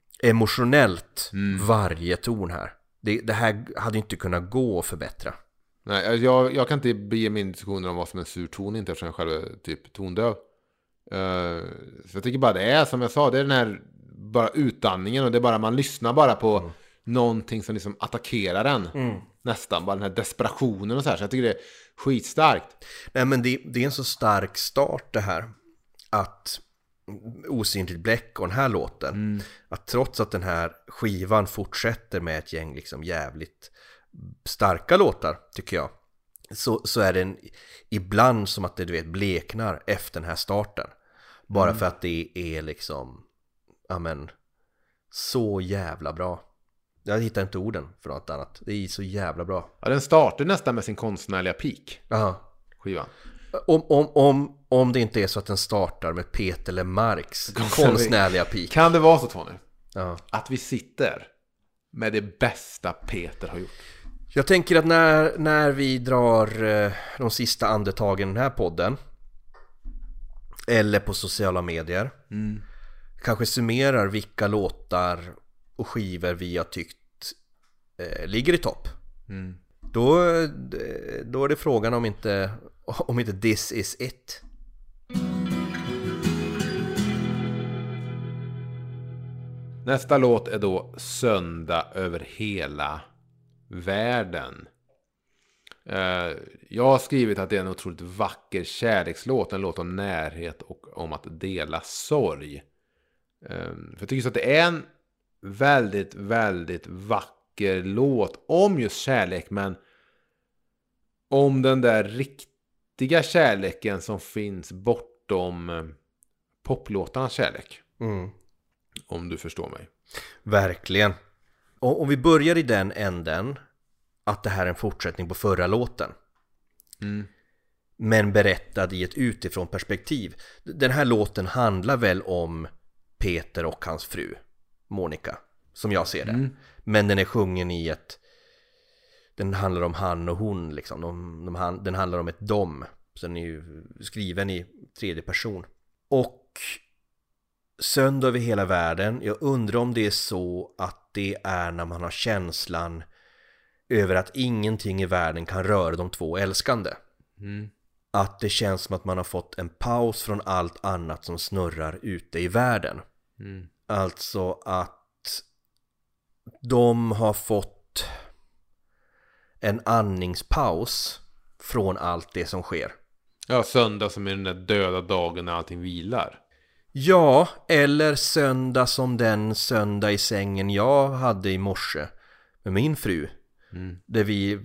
emotionellt mm. varje ton här. Det, det här hade inte kunnat gå att förbättra.
Nej, jag, jag kan inte bege min diskussioner om vad som är en sur ton, inte eftersom jag själv är typ tondöv. Uh, så jag tycker bara det är, som jag sa, det är den här bara utandningen, och det är bara, man lyssnar bara på mm. någonting som liksom attackerar den. Mm. Nästan, bara den här desperationen och så här. Så jag tycker det är skitstarkt.
Nej, men det, det är en så stark start det här, att Osynligt bläck och den här låten, mm. att trots att den här skivan fortsätter med ett gäng liksom jävligt starka låtar, tycker jag, så, så är den ibland som att det, du vet, bleknar efter den här starten. Bara mm. för att det är liksom, amen, så jävla bra. Jag hittar inte orden för något annat. Det är så jävla bra.
Ja, den startar nästan med sin konstnärliga peak.
Aha.
Skivan.
Om, om, om, om det inte är så att den startar med Peter Lemarks konstnärliga pik.
Kan det vara så, Tony?
Ja.
Att vi sitter med det bästa Peter har gjort.
Jag tänker att när, när vi drar eh, de sista andetagen i den här podden, eller på sociala medier, mm. kanske summerar vilka låtar och skivor vi har tyckt eh, ligger i topp. Mm. Då, då är det frågan om inte, om inte this is it.
Nästa låt är då Söndag över hela världen. Jag har skrivit att det är en otroligt vacker kärlekslåt. En låt om närhet och om att dela sorg. För jag tycker så att det är en väldigt, väldigt vacker låt om just kärlek. Men om den där riktiga kärleken som finns bortom poplåtarnas kärlek. Mm. Om du förstår mig.
Verkligen. Och om vi börjar i den änden, att det här är en fortsättning på förra låten. Mm. Men berättad i ett utifrån perspektiv. Den här låten handlar väl om Peter och hans fru Monica, som jag ser det. Mm. Men den är sjungen i ett... Den handlar om han och hon liksom. De, de, den handlar om ett dom. Så den är ju skriven i tredje person. Och Söndag över hela världen. Jag undrar om det är så att det är när man har känslan över att ingenting i världen kan röra de två älskande. Mm. Att det känns som att man har fått en paus från allt annat som snurrar ute i världen. Mm. Alltså att de har fått en andningspaus från allt det som sker.
Ja, söndag som är den där döda dagen när allting vilar.
Ja, eller söndag som den söndag i sängen jag hade i morse med min fru. Mm. Där vi,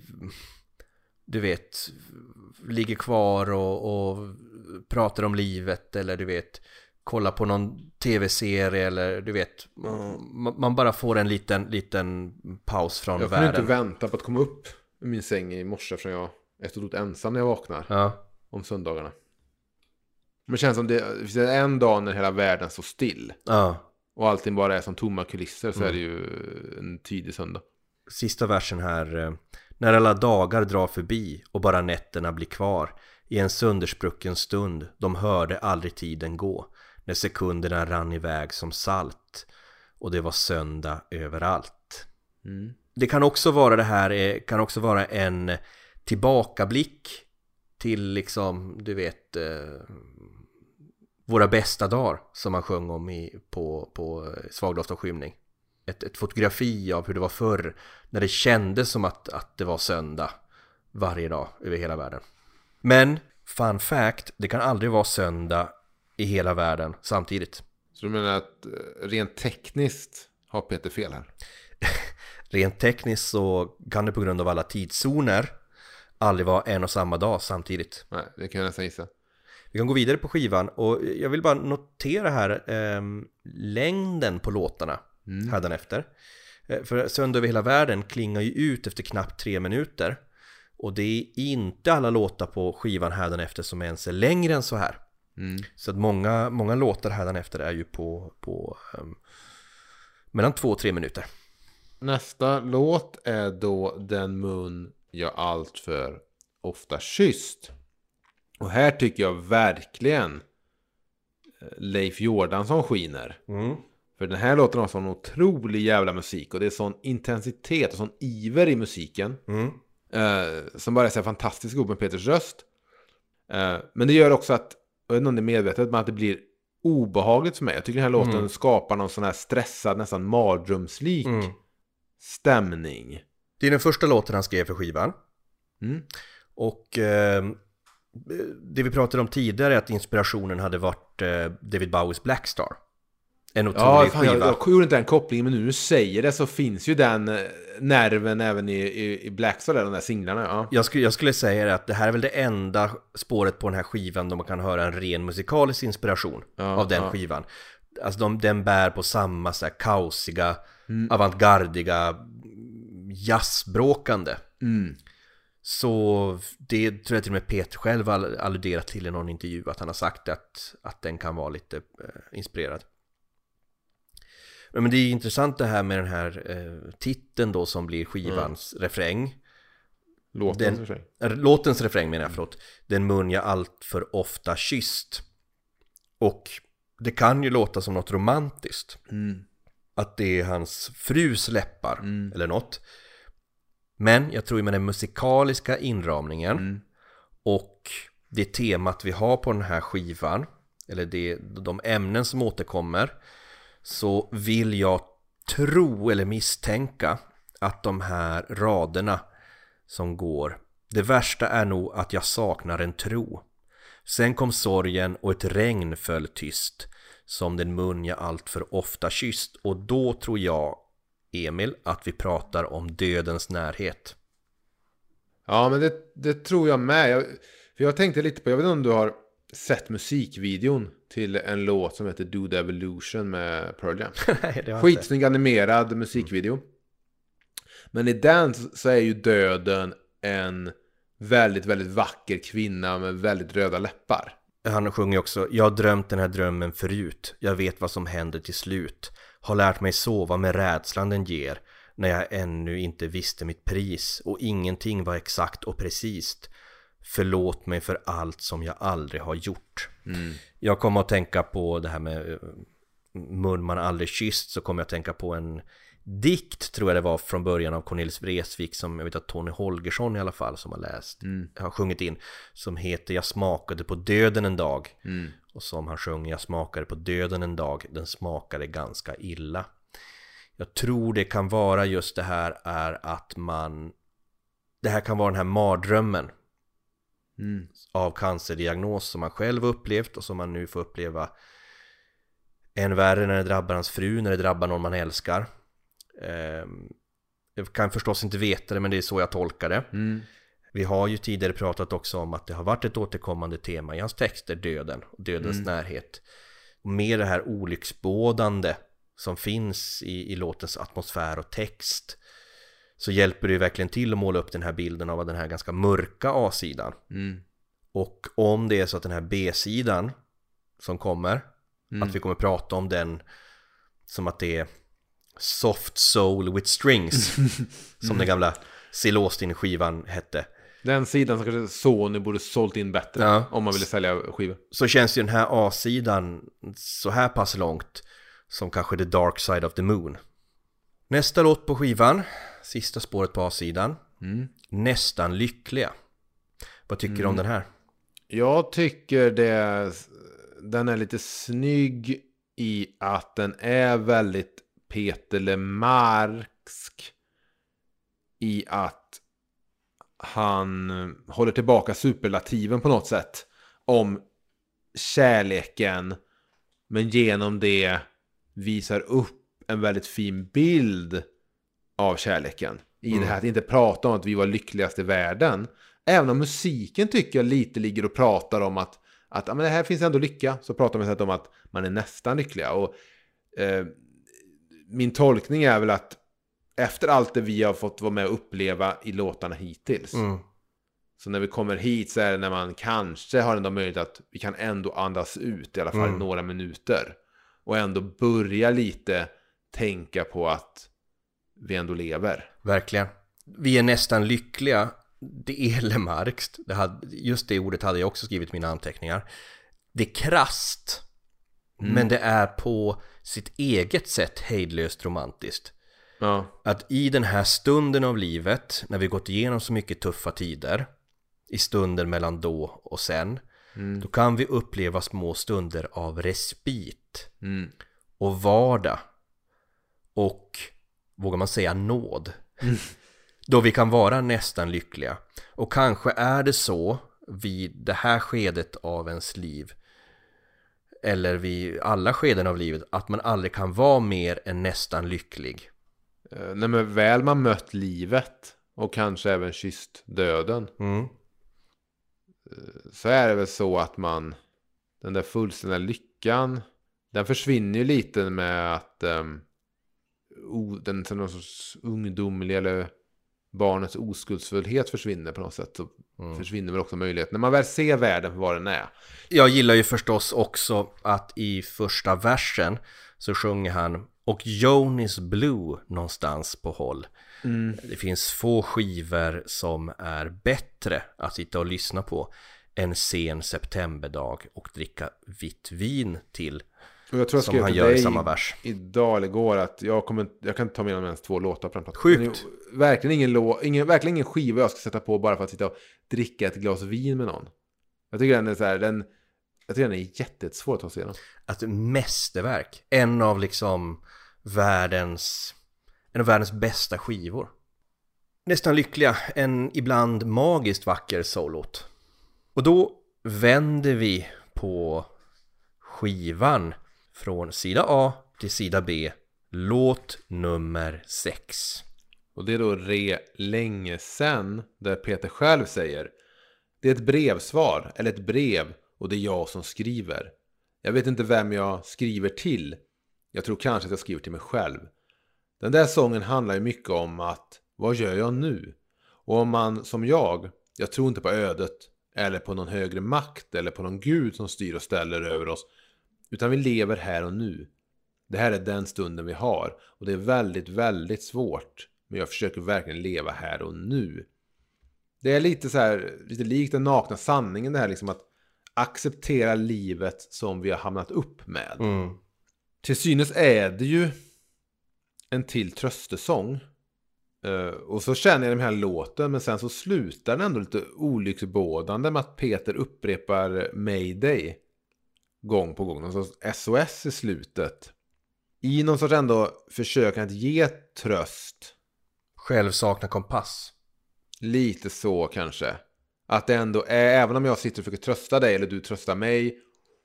du vet, ligger kvar och, och pratar om livet. Eller du vet, kollar på någon tv-serie. Eller du vet, mm. man bara får en liten, liten paus från
jag
världen.
Jag får inte vänta på att komma upp i min säng i morse. För jag är så ensam när jag vaknar. Ja. Om söndagarna. Men det känns som det, det finns en dag när hela världen står still. Ja. Och allting bara är som tomma kulisser. Så mm. är det ju en tidig söndag.
Sista versen här. När alla dagar drar förbi och bara nätterna blir kvar. I en söndersprucken stund. De hörde aldrig tiden gå. När sekunderna rann iväg som salt. Och det var söndag överallt. Mm. Det kan också vara det här. Kan också vara en tillbakablick. Till liksom, du vet... Våra bästa dagar som man sjöng om i, på, på Svagdoft och skymning. Ett, ett fotografi av hur det var förr. När det kändes som att, att det var söndag varje dag över hela världen. Men, fun fact, det kan aldrig vara söndag i hela världen samtidigt.
Så du menar att rent tekniskt har Peter fel här?
Rent tekniskt så kan det på grund av alla tidszoner aldrig vara en och samma dag samtidigt.
Nej, det kan jag nästan gissa.
Vi kan gå vidare på skivan och jag vill bara notera här eh, längden på låtarna mm. hädanefter. Eh, för Söndag över hela världen klingar ju ut efter knappt tre minuter. Och det är inte alla låtar på skivan hädanefter som ens är längre än så här. Mm. Så att många, många låtar hädanefter är ju på, på eh, mellan två och tre minuter.
Nästa låt är då Den mun jag allt för ofta kysst. Och här tycker jag verkligen Leif Jordansson skiner. Mm. För den här låten har sån otrolig jävla musik. Och det är sån intensitet och sån iver i musiken. Mm. Eh, som bara är så fantastiskt god med Peters röst. Eh, men det gör också att, jag vet inte om det är medvetet, men att det blir obehagligt för mig. Jag tycker den här låten mm. skapar någon sån här stressad, nästan mardrömslik mm. stämning.
Det är den första låten han skrev för skivan. Mm. Och... Eh... det vi pratade om tidigare är att inspirationen hade varit eh, David Bowies Black Star. En otrolig ja, fan, skiva.
Jag, jag gjorde inte den kopplingen, men nu när du säger det så finns ju den eh, nerven även i, i, i Black Star, de där singlarna. Ja.
Jag, skulle, jag skulle säga att det här är väl det enda spåret på den här skivan där man kan höra en ren musikalisk inspiration ja, av den ja. skivan. Alltså de, den bär på samma så här kaosiga, mm. avantgardiga jazzbråkande. Mm. Så det tror jag till och med Peter själv har alluderat till i någon intervju, att han har sagt att, att den kan vara lite eh, inspirerad. Men det är intressant det här med den här eh, titeln då som blir skivans mm. refräng.
Låtens
den,
refräng.
Äh, låtens refräng menar jag, förlåt. Den mun jag allt för ofta kysst. Och det kan ju låta som något romantiskt.
Mm.
Att det är hans frus läppar
mm.
eller något. Men jag tror med den musikaliska inramningen mm. och det temat vi har på den här skivan, eller det, de ämnen som återkommer, så vill jag tro eller misstänka att de här raderna som går: det värsta är nog att jag saknar en tro. Sen kom sorgen och ett regn föll tyst, som den mun jag allt för ofta kysst. Och då tror jag, Emil, att vi pratar om dödens närhet.
Ja, men det, det tror jag med. Jag, för jag tänkte lite på, jag vet inte om du har sett musikvideon till en låt som heter Do the Evolution med Pearl Jam.
Nej, det har
skitsnygg animerad musikvideo. Mm. Men i den så är ju döden en väldigt, väldigt vacker kvinna med väldigt röda läppar.
Han sjunger också: jag har drömt den här drömmen förut. Jag vet vad som händer till slut. Har lärt mig sova med rädslan den ger, när jag ännu inte visste mitt pris och ingenting var exakt och precis. Förlåt mig för allt som jag aldrig har gjort. Mm. Jag kommer att tänka på det här med mun man aldrig kysst, så kommer jag att tänka på en dikt, tror jag det var, från början av Cornelis Vreeswijk, som jag vet att Tony Holgersson i alla fall som har läst mm. har sjungit in, som heter Jag smakade på döden en dag. Mm. Och som han sjunger: jag smakade på döden en dag, den smakade ganska illa. Jag tror det kan vara just det här, är att man, det här kan vara den här mardrömmen mm. av cancerdiagnos som man själv upplevt och som man nu får uppleva än värre när det drabbar hans fru, när det drabbar någon man älskar. Jag kan förstås inte veta det, men det är så jag tolkar det. Mm. Vi har ju tidigare pratat också om att det har varit ett återkommande tema i hans texter, döden och dödens mm. närhet. Och med det här olycksbådande som finns i, i låtens atmosfär och text, så hjälper det ju verkligen till att måla upp den här bilden av den här ganska mörka A-sidan. Mm. Och om det är så att den här B-sidan som kommer, mm. att vi kommer prata om den som att det är Soft Soul with Strings som mm. den gamla Seal Austin-skivan hette.
Den sidan som kanske Sony borde sålt in bättre ja. Om man ville sälja skivor.
Så känns ju den här A-sidan så här pass långt som kanske The Dark Side of the Moon. Nästa låt på skivan, sista spåret på A-sidan, mm. Nästan lyckliga. Vad tycker mm. du om den här?
Jag tycker det, den är lite snygg i att den är väldigt Peter Lemarksk i att han håller tillbaka superlativen på något sätt om kärleken, men genom det visar upp en väldigt fin bild av kärleken i mm. det här att inte prata om att vi var lyckligast i världen, även om musiken tycker jag lite ligger och pratar om att, att ja, men det här finns ändå lycka, så pratar man om att man är nästan lyckliga. Och eh, min tolkning är väl att efter allt det vi har fått vara med och uppleva i låtarna hittills, mm. så när vi kommer hit så är det när man kanske har ändå möjlighet att vi kan ändå andas ut i alla fall mm. några minuter och ändå börja lite tänka på att vi ändå lever.
Verkligen. Vi är nästan lyckliga. Det är Lemarkst. Det hade, just det ordet hade jag också skrivit i mina anteckningar. Det är krasst, mm. men det är på sitt eget sätt hejdlöst romantiskt. Ja. Att i den här stunden av livet, när vi gått igenom så mycket tuffa tider, i stunden mellan då och sen, mm. då kan vi uppleva små stunder av respit mm. och vardag och, vågar man säga, nåd. Mm. Då vi kan vara nästan lyckliga. Och kanske är det så vid det här skedet av ens liv, eller vid alla skeden av livet, att man aldrig kan vara mer än nästan lycklig.
Uh, nej, men väl man mött livet och kanske även kysst döden, mm. uh, så är det väl så att man, den där fullständiga lyckan, den försvinner ju lite med att um, o, den någon sorts ungdomlig eller barnets oskuldsfullhet försvinner på något sätt, så mm. försvinner väl också möjligheten när man väl ser världen för vad den är.
Jag gillar ju förstås också att i första versen så sjunger han och Jonis Blue någonstans på håll. Mm. Det finns få skivor som är bättre att sitta och lyssna på en sen septemberdag och dricka vitt vin till.
Och jag tror jag
som han gör i samma vers.
Idag eller igår att jag, kommer, jag kan inte ta med mig ens två låtar på den plattan.
Sjukt.
Verkligen ingen, lå, ingen, verkligen ingen skiva jag ska sätta på bara för att sitta och dricka ett glas vin med någon. Jag tycker den är så här, den, jag tycker den är jättesvår att ta sig igenom.
Att mästerverk. En av liksom världens en av världens bästa skivor. Nästan lyckliga, en ibland magiskt vacker soulåt. Och då vänder vi på skivan från sida A till sida B, låt nummer sex.
Och det är då Re länge sen, där Peter själv säger: det är ett brevsvar, eller ett brev, och det är jag som skriver. Jag vet inte vem jag skriver till. Jag tror kanske att jag skriver till mig själv. Den där sången handlar ju mycket om att, vad gör jag nu? Och om man som jag, jag tror inte på ödet, eller på någon högre makt, eller på någon gud som styr och ställer över oss, utan vi lever här och nu. Det här är den stunden vi har, och det är väldigt, väldigt svårt, men jag försöker verkligen leva här och nu. Det är lite så här, lite likt den nakna sanningen, det här liksom att acceptera livet som vi har hamnat upp med.
Mm.
Till synes är det ju en till tröstesång. Uh, och så känner jag den här låten, men sen så slutar den ändå lite olycksbådande med att Peter upprepar Mayday gång på gång. Någon sorts S O S i slutet. I någon sorts ändå försöker att ge tröst.
Själv saknar kompass.
Lite så kanske. Att det ändå är, även om jag sitter och försöker trösta dig eller du tröstar mig,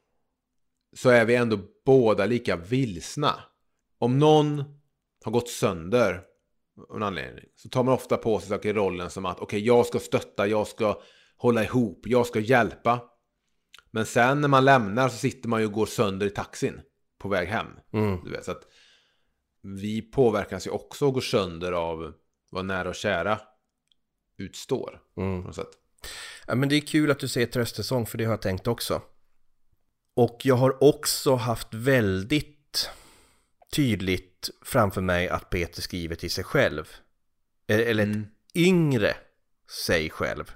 så är vi ändå båda lika vilsna. Om någon har gått sönder av en anledning, så tar man ofta på sig saker i rollen som att okej, okay, jag ska stötta, jag ska hålla ihop, jag ska hjälpa. Men sen när man lämnar så sitter man ju och går sönder i taxin på väg hem.
Mm.
Du vet, så att vi påverkas ju också och går sönder av vad nära och kära utstår.
Mm.
På något sätt.
Ja, men det är kul att du säger tröstesång, för det har jag tänkt också. Och jag har också haft väldigt tydligt framför mig att Peter skriver till sig själv. Eller ett mm. yngre sig själv.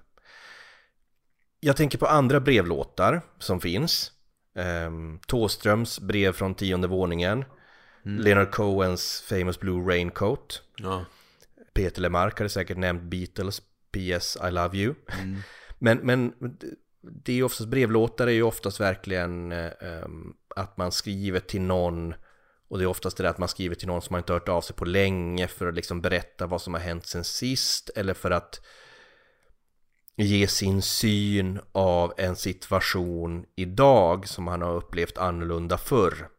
Jag tänker på andra brevlåtar som finns. Um, Thåströms brev från tionde våningen. Mm. Leonard Cohens Famous Blue Raincoat.
Ja.
Peter LeMarc hade säkert nämnt Beatles P S I Love You.
Mm.
Men, men det är ju oftast, brevlåtar är ju oftast verkligen um, att man skriver till någon. Och det är oftast det där att man skriver till någon som man inte hört av sig på länge för att liksom berätta vad som har hänt sen sist, eller för att ge sin syn av en situation idag som han har upplevt annorlunda förr.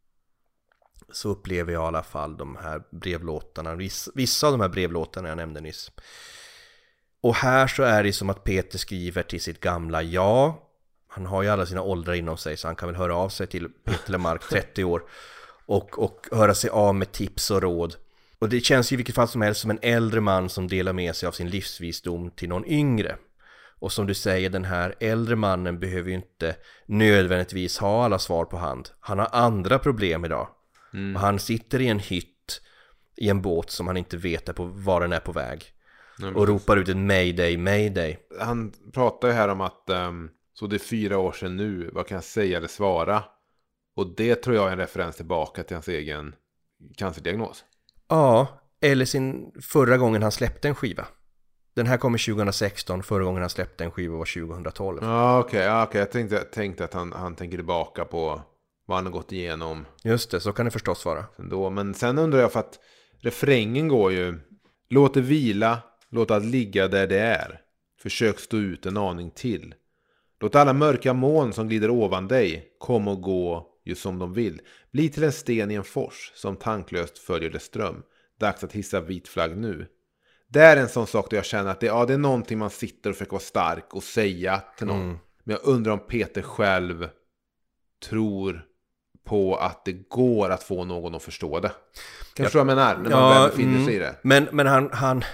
Så upplever jag i alla fall de här brevlåtarna, vissa av de här brevlåtarna jag nämnde nyss. Och här så är det som att Peter skriver till sitt gamla jag. Han har ju alla sina åldrar inom sig, så han kan väl höra av sig till Peter LeMarc, trettio år. Och, och höra sig av med tips och råd. Och det känns ju i vilket fall som helst som en äldre man som delar med sig av sin livsvisdom till någon yngre. Och som du säger, den här äldre mannen behöver ju inte nödvändigtvis ha alla svar på hand. Han har andra problem idag. Mm. Och han sitter i en hytt i en båt som han inte vet är på, var den är på väg. Nej, och ropar ut en mayday, mayday.
Han pratar ju här om att um, så det är fyra år sedan nu, vad kan jag säga eller svara? Och det tror jag är en referens tillbaka till hans egen cancerdiagnos.
Ja, eller sin förra gången han släppte en skiva. Den här kommer tjugohundrasexton, förra gången han släppte en skiva var tjugohundratolv.
Ja, okej. Okay, okay. Jag tänkte, tänkte att han, han tänker tillbaka på vad han har gått igenom.
Just det, så kan det förstås vara.
Då. Men sen undrar jag, för att refrängen går ju: låt det vila, låt allt ligga där det är. Försök stå ut en aning till. Låt alla mörka moln som glider ovan dig komma och gå just som de vill. Bli till en sten i en fors som tanklöst följer det ström. Dags att hissa vit flagg nu. Det är en sån sak där jag känner att det, ja, det är någonting man sitter och försöker vara stark och säga till någon. Mm. Men jag undrar om Peter själv tror på att det går att få någon att förstå det. Kanske jag menar, när man
ja,
väl befinner sig i det.
Men, men han, han,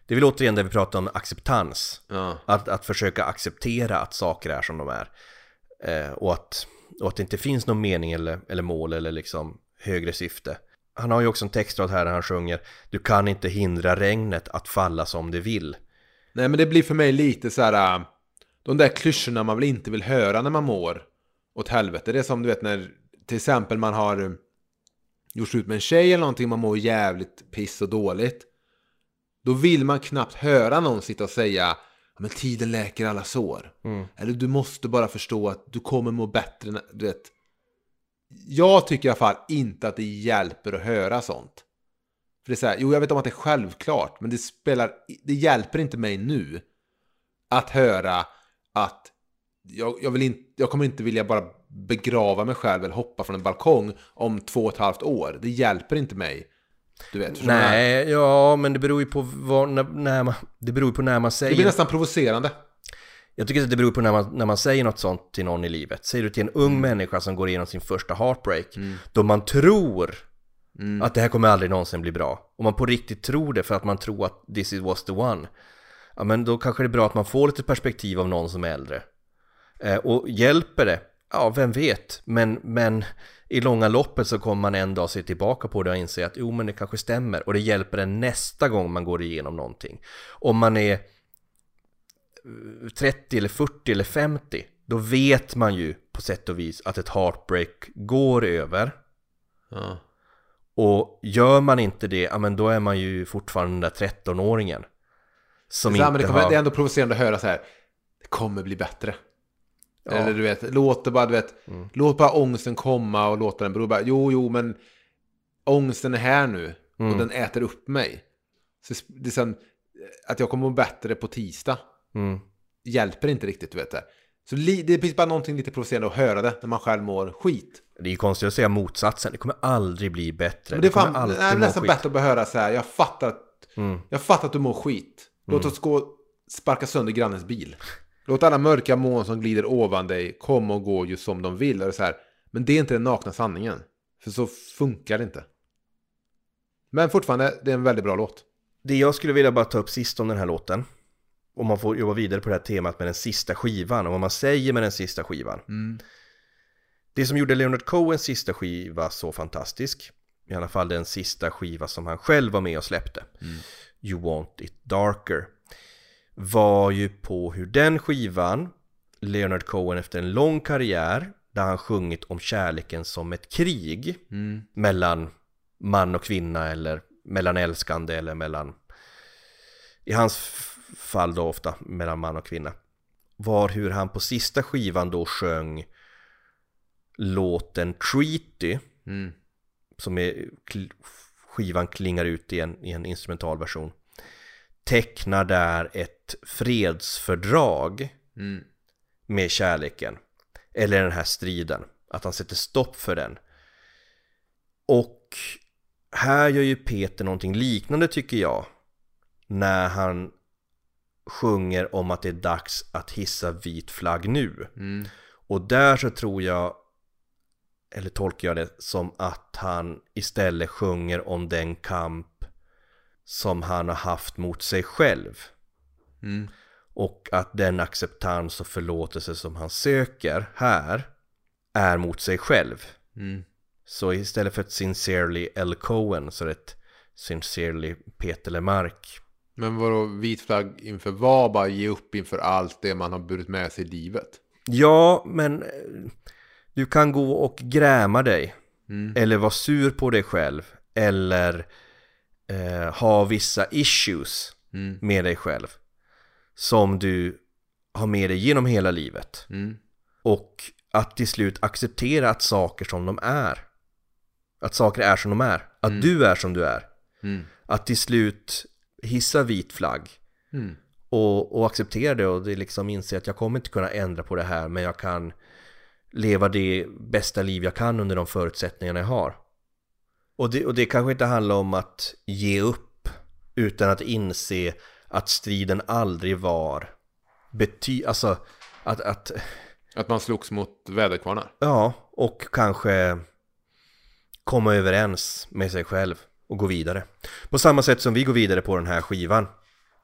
Det är väl återigen där vi pratar om acceptans.
Ja.
Att, att försöka acceptera att saker är som de är. Eh, och, att, och att det inte finns någon mening eller, eller mål eller liksom högre syfte. Han har ju också en textrad här där han sjunger: du kan inte hindra regnet att falla som det vill.
Nej, men det blir för mig lite så här, äh, de där klyschorna man väl inte vill höra när man mår åt helvete. Det är som du vet när till exempel man har gjort ut med en tjej eller någonting, man mår jävligt piss och dåligt. Då vill man knappt höra någon sitta och säga: men tiden läker alla sår. Mm. Eller du måste bara förstå att du kommer må bättre. Du vet. Jag tycker i alla fall inte att det hjälper att höra sånt. För det är så här, jo jag vet om att det är självklart, men det spelar, det hjälper inte mig nu att höra att jag, jag, vill in, jag kommer inte vilja bara begrava mig själv eller hoppa från en balkong om två och ett halvt år. Det hjälper inte mig. Du vet,
nej, ja, men det beror ju på var, när, när man, det beror på när man säger.
Det blir nästan provocerande.
Jag tycker att det beror på när man, när man säger något sånt till någon i livet. Säger du till en ung mm. människa som går igenom sin första heartbreak, mm. då man tror mm. att det här kommer aldrig någonsin bli bra. Och man på riktigt tror det för att man tror att this was the one. Ja, men då kanske det är bra att man får lite perspektiv av någon som är äldre. Eh, och hjälper det? Ja, vem vet. Men, men i långa loppet så kommer man en dag se tillbaka på det och inse att jo, men det kanske stämmer. Och det hjälper en nästa gång man går igenom någonting. Om man är trettio eller fyrtio eller femtio, då vet man ju på sätt och vis att ett heartbreak går över.
Ja.
Och gör man inte det, ja, men då är man ju fortfarande den där trettonåringen som
det,
inte
men det, kommer,
har...
det är ändå provocerande att höra så här: det kommer bli bättre. Ja. Eller du vet, låt det bara, du vet, mm. låt bara ångesten komma och låta den bero. Bara, jo, jo, men ångesten är här nu och mm. den äter upp mig. Så det är som att jag kommer må bättre på tisdag. Mm. Hjälper inte riktigt, du vet det. Så li- det finns bara någonting lite provocerande att höra det när man själv mår skit.
Det är ju konstigt att säga motsatsen. Det kommer aldrig bli bättre.
Men det är, fan, det är nästan bättre att behöra så här: jag fattar att, mm. jag fattar att du mår skit. Låt mm. oss gå och sparka sönder grannens bil. Låt alla mörka moln som glider ovan dig komma och gå just som de vill. Eller så här. Men det är inte den nakna sanningen. För så funkar det inte. Men fortfarande, det är en väldigt bra låt.
Det jag skulle vilja bara ta upp sist om den här låten, om man får jobba vidare på det här temat med den sista skivan och vad man säger med den sista skivan. Mm. Det som gjorde Leonard Cohens sista skiva så fantastisk, i alla fall den sista skiva som han själv var med och släppte, mm. You Want It Darker, var ju på hur den skivan, Leonard Cohen efter en lång karriär där han sjungit om kärleken som ett krig mm. mellan man och kvinna eller mellan älskande eller mellan, i hans fall då ofta mellan man och kvinna, var hur han på sista skivan då sjöng låten Treaty mm. som är, skivan klingar ut i en, i en instrumentalversion, tecknar där ett fredsfördrag mm. med kärleken eller den här striden, att han sätter stopp för den. Och här gör ju Peter någonting liknande tycker jag, när han sjunger om att det är dags att hissa vit flagg nu. Mm. Och där så tror jag, eller tolkar jag det som att han istället sjunger om den kamp som han har haft mot sig själv. Mm. Och att den acceptans och förlåtelse som han söker här är mot sig själv. Mm. Så istället för ett Sincerely L. Cohen så är det ett Sincerely Peter Lemark.
Men vadå, vit flagg inför vad? Bara ge upp inför allt det man har burit med sig i livet?
Ja, men du kan gå och gräma dig. Mm. Eller vara sur på dig själv. Eller eh, ha vissa issues mm. med dig själv. Som du har med dig genom hela livet. Mm. Och att till slut acceptera att saker som de är. Att saker är som de är. Att mm. du är som du är. Mm. Att till slut hissa vit flagg. Mm. Och, och acceptera det. Och det liksom inse att jag kommer inte kunna ändra på det här. Men jag kan leva det bästa liv jag kan under de förutsättningarna jag har. Och det, och det kanske inte handlar om att ge upp. Utan att inse att striden aldrig var bety- alltså att, att
att man slogs mot väderkvarnar.
Ja, och kanske komma överens med sig själv och gå vidare. På samma sätt som vi går vidare på den här skivan.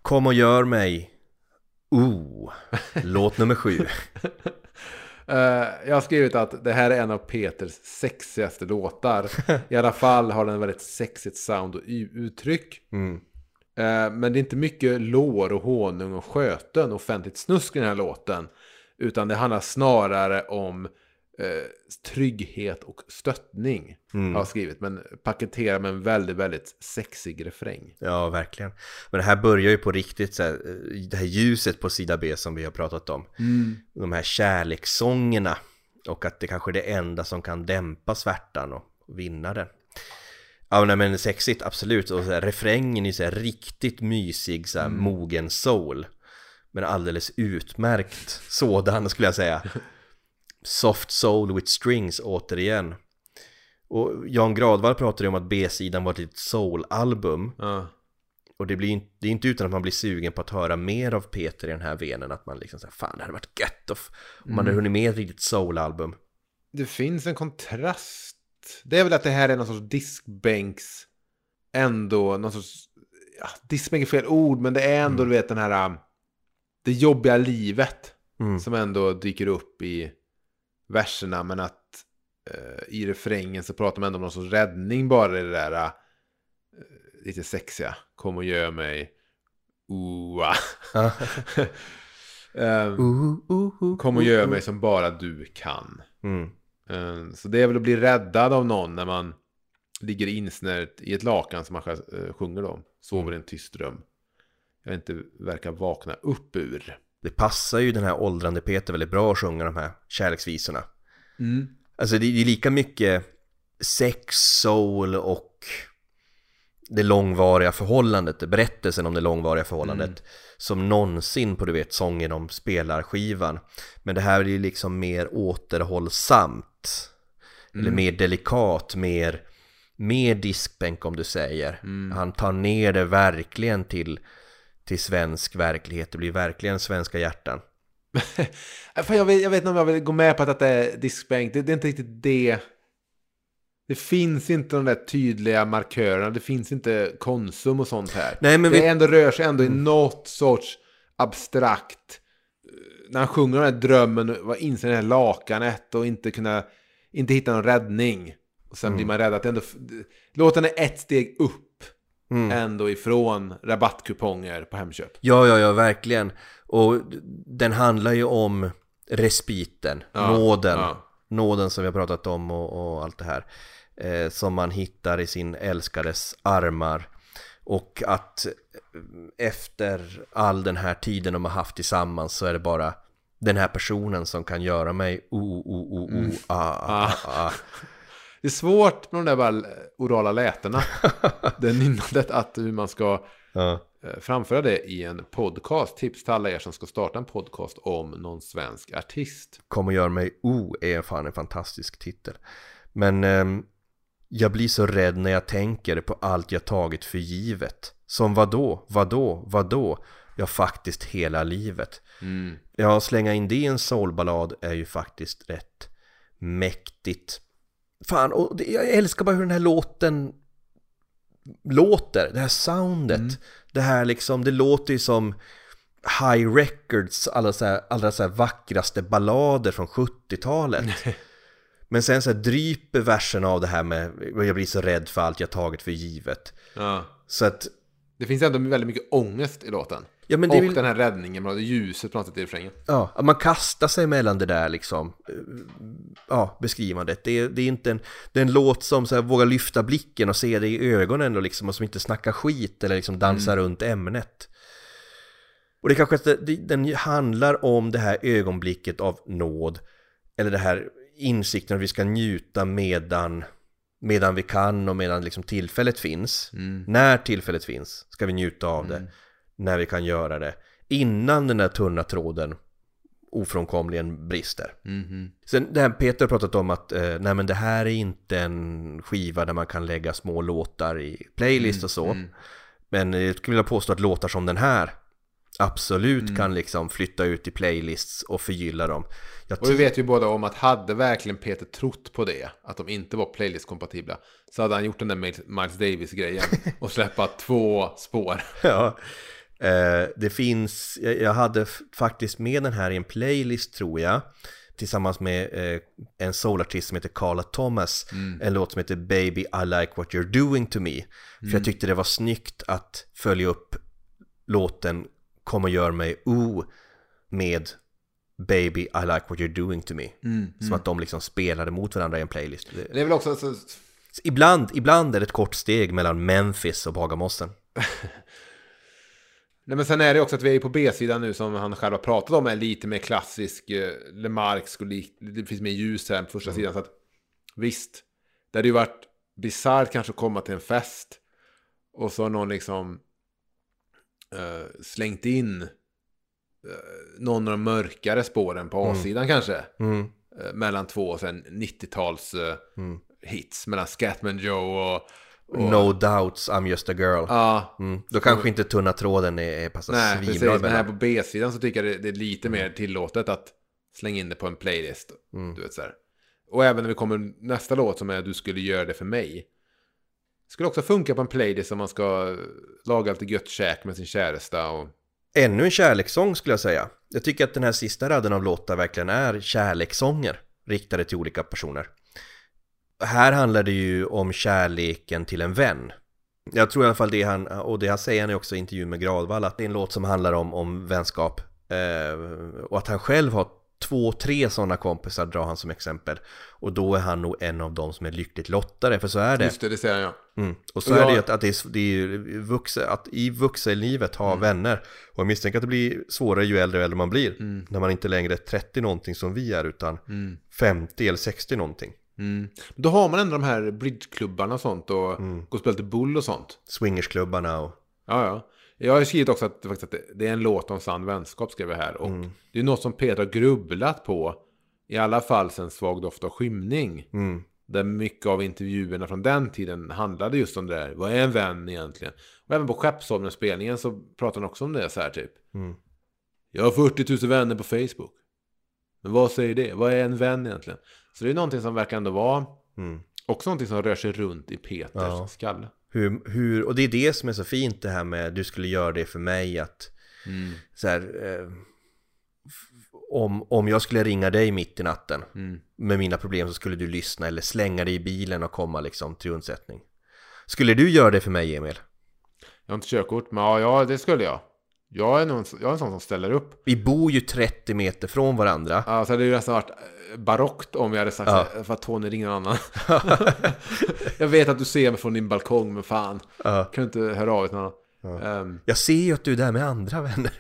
Kom och gör mig. Oh, låt nummer sju.
Uh, jag har skrivit att det här är en av Peters sexigaste låtar. I alla fall har den väldigt sexigt sound och uttryck.
Mm.
Uh, men det är inte mycket lår och honung och sköten offentligt snusk i den här låten. Utan det handlar snarare om uh, trygghet och stöttning. Mm. Jag har skrivit, men paketerar med en väldigt, väldigt sexig refräng.
Ja, verkligen. Men det här börjar ju på riktigt så här, det här ljuset på sida B som vi har pratat om. Mm. De här kärlekssångerna. Och att det kanske är det enda som kan dämpa svärtan och vinna den. Ja, nej, men sexigt, absolut. Och så här, refrängen är så här riktigt mysig, så här, mm. mogen soul. Men alldeles utmärkt sådan, skulle jag säga. Soft soul with strings, återigen. Och Jan Gradvall pratade om att B-sidan var ett litet soul-album. Uh. Och det, blir, det är inte utan att man blir sugen på att höra mer av Peter i den här venen. Att man liksom säger, fan det hade varit gött om mm. man hade hunnit med ett riktigt soul-album.
Det finns en kontrast. Det är väl att det här är någon sorts diskbänks. Ändå, någon sorts... Ja, diskbänk är fel ord, men det är ändå, mm. du vet, den här... Det jobbiga livet. Mm. Som ändå dyker upp i verserna. Men att uh, i refrängen så pratar man ändå om någon sorts räddning bara i det där... Uh, lite sexiga. Kom och gör mig. Ooh. um, kom och gör mig som bara du kan. Mm. Um, så det är väl att bli räddad av någon när man ligger insnärt i ett lakan som man själv, uh, sjunger om. Sover i en tyst dröm. Jag inte verkar vakna upp ur.
Det passar ju den här åldrande Peter väldigt bra att sjunga de här kärleksvisorna. Mm. Alltså det är lika mycket sex, soul och det långvariga förhållandet, berättelsen om det långvariga förhållandet mm. som någonsin på, du vet, sången om spelarskivan. Men det här är ju liksom mer återhållsamt mm. eller mer delikat, mer, mer diskbänk om du säger. Mm. Han tar ner det verkligen till, till svensk verklighet. Det blir verkligen svenska hjärtan.
jag, vet, jag vet inte om jag vill gå med på att det är diskbänk. Det, det är inte riktigt det. Det finns inte de där tydliga markörerna. Det finns inte Konsum och sånt här. Nej, men det vi... ändå rör sig ändå i något sorts abstrakt. När han sjunger den här drömmen, var inse det här lakanet och inte kunna inte hitta någon räddning. Och sen mm. blir man rädd att ändå låten är ett steg upp mm. ändå ifrån rabattkuponger på Hemköp.
Ja, ja, ja, verkligen. Och den handlar ju om respiten, ja, nåden. Ja. Nåden som vi har pratat om och, och allt det här. Eh, som man hittar i sin älskades armar. Och att efter all den här tiden de har haft tillsammans så är det bara den här personen som kan göra mig o o o o a a a.
Det är svårt med de där bara orala lätena. Det nynnandet att hur man ska ja. framföra det i en podcast. Tips till alla er som ska starta en podcast om någon svensk artist.
Kom och gör mig o är fan en fantastisk titel. Men eh, jag blir så rädd när jag tänker på allt jag tagit för givet. Som vadå, vadå, vadå? Ja, faktiskt hela livet. Mm. Ja, slänga in det i en soulballad är ju faktiskt rätt mäktigt. Fan, och det, jag älskar bara hur den här låten låter, det här soundet. Mm. Det här liksom, det låter ju som High Records alla så här, allra så här vackraste ballader från sjuttiotalet. Men sen så här dryper versen av det här med jag blir så rädd för allt jag tagit för givet. Ja. Så att
det finns ändå väldigt mycket ångest i låten.
Ja, men det
och
vill...
den här räddningen, det ljuset på något sätt i refrängen.
Ja, man kastar sig mellan det där liksom. Ja, beskrivandet. Det är, det är inte en, det är en låt som så här, vågar lyfta blicken och se det i ögonen och, liksom, och som inte snackar skit eller liksom dansar mm. runt ämnet. Och det kanske det, det, den handlar om det här ögonblicket av nåd. Eller det här insikten att vi ska njuta medan, medan vi kan och medan liksom tillfället finns. Mm. När tillfället finns ska vi njuta av mm. det. När vi kan göra det. Innan den där tunna tråden ofrånkomligen brister. Mm-hmm. Sen det här Peter har pratat om att eh, nej men det här är inte en skiva där man kan lägga små låtar i playlist mm, och så. Mm. Men jag skulle vilja påstå att låtar som den här absolut mm. kan liksom flytta ut i playlists och förgylla dem. Jag
och vi vet ju båda om att hade verkligen Peter trott på det, att de inte var playlist-kompatibla, så hade han gjort den där Miles Davis-grejen och släppa två spår.
Ja. Eh, det finns, jag, jag hade f- faktiskt med den här i en playlist tror jag, tillsammans med eh, en soulartist som heter Carla Thomas, mm. en låt som heter Baby I Like What You're Doing To Me. Mm. För jag tyckte det var snyggt att följa upp låten Kom och gör mig o med Baby I Like What You're Doing To Me. Mm. Som mm. att de liksom spelade mot varandra i en playlist.
Det är väl också så...
ibland, ibland är det ett kort steg mellan Memphis och Bagarmossen.
Nej, men sen är det också att vi är på B-sidan nu, som han själv har pratat om, är lite mer klassisk eh, Lemarx, det finns mer ljus här på första mm. sidan, så att visst, det hade ju varit bizarrt kanske att komma till en fest och så har någon liksom eh, slängt in eh, någon av de mörkare spåren på A-sidan mm. kanske mm. Eh, mellan två och sen nittio-tals eh, mm. hits mellan Scatman Joe och
Och, no doubts, I'm just a girl.
Ja.
Mm. Då kanske inte tunna tråden är, är passar
nej,
svinbra.
Precis, men här på B-sidan så tycker jag det, det är lite mm. mer tillåtet att slänga in det på en playlist. Mm. Du vet, så här. Och även när vi kommer nästa låt som är Du skulle göra det för mig. Skulle också funka på en playlist om man ska laga lite gött käk med sin käresta. Och...
Ännu en kärlekssång skulle jag säga. Jag tycker att den här sista raden av låtar verkligen är kärlekssånger riktade till olika personer. Här handlar det ju om kärleken till en vän. Jag tror i alla fall det han, och det han säger han är också i intervjun med Gradvall, att det är en låt som handlar om, om vänskap. Eh, och att han själv har två, tre sådana kompisar, drar han som exempel. Och då är han nog en av dem som är lyckligt lottade, för så är det.
Just det, det säger jag.
Mm. Och så och jag... är det ju att, att, det är, det är vuxen, att i vuxenlivet ha mm. vänner. Och jag misstänker att det blir svårare ju äldre och äldre man blir. Mm. När man inte längre är trettio någonting som vi är, utan mm. femtio eller sextio någonting.
Mm. Då har man ändå de här bridgeklubbarna och sånt och mm. går och spelar till bull och sånt.
Swingersklubbarna och...
Ja, ja. Jag har skrivit också att, att det är en låt om sann vänskap, skrev jag här. Och mm. det är något som Peter har grubblat på, i alla fall sen Svag doft av skymning. Mm. Där mycket av intervjuerna från den tiden handlade just om det där. Vad är en vän egentligen? Och även på Skeppsholmen-spelningen så pratar han också om det så här typ. Mm. Jag har fyrtio tusen vänner på Facebook. Men vad säger det? Vad är en vän egentligen? Så det är någonting som verkar ändå vara mm. också någonting som rör sig runt i Peters ja. skalle.
Hur, hur, och det är det som är så fint, det här med du skulle göra det för mig, att mm. så här, eh, om, om jag skulle ringa dig mitt i natten mm. med mina problem, så skulle du lyssna eller slänga dig i bilen och komma liksom till undsättning. Skulle du göra det för mig, Emil?
Jag har inte körkort, men ja, ja det skulle jag. Jag är, någon, jag är en sån som ställer upp.
Vi bor ju trettio meter från varandra.
Ja, så hade det ju nästan varit barockt om jag hade sagt ja. för att Tony ringer någon annan. Jag vet att du ser mig från din balkong, men fan, ja. kan du inte höra av dig någon annan?
Ja. Um. Jag ser ju att du är där med andra vänner.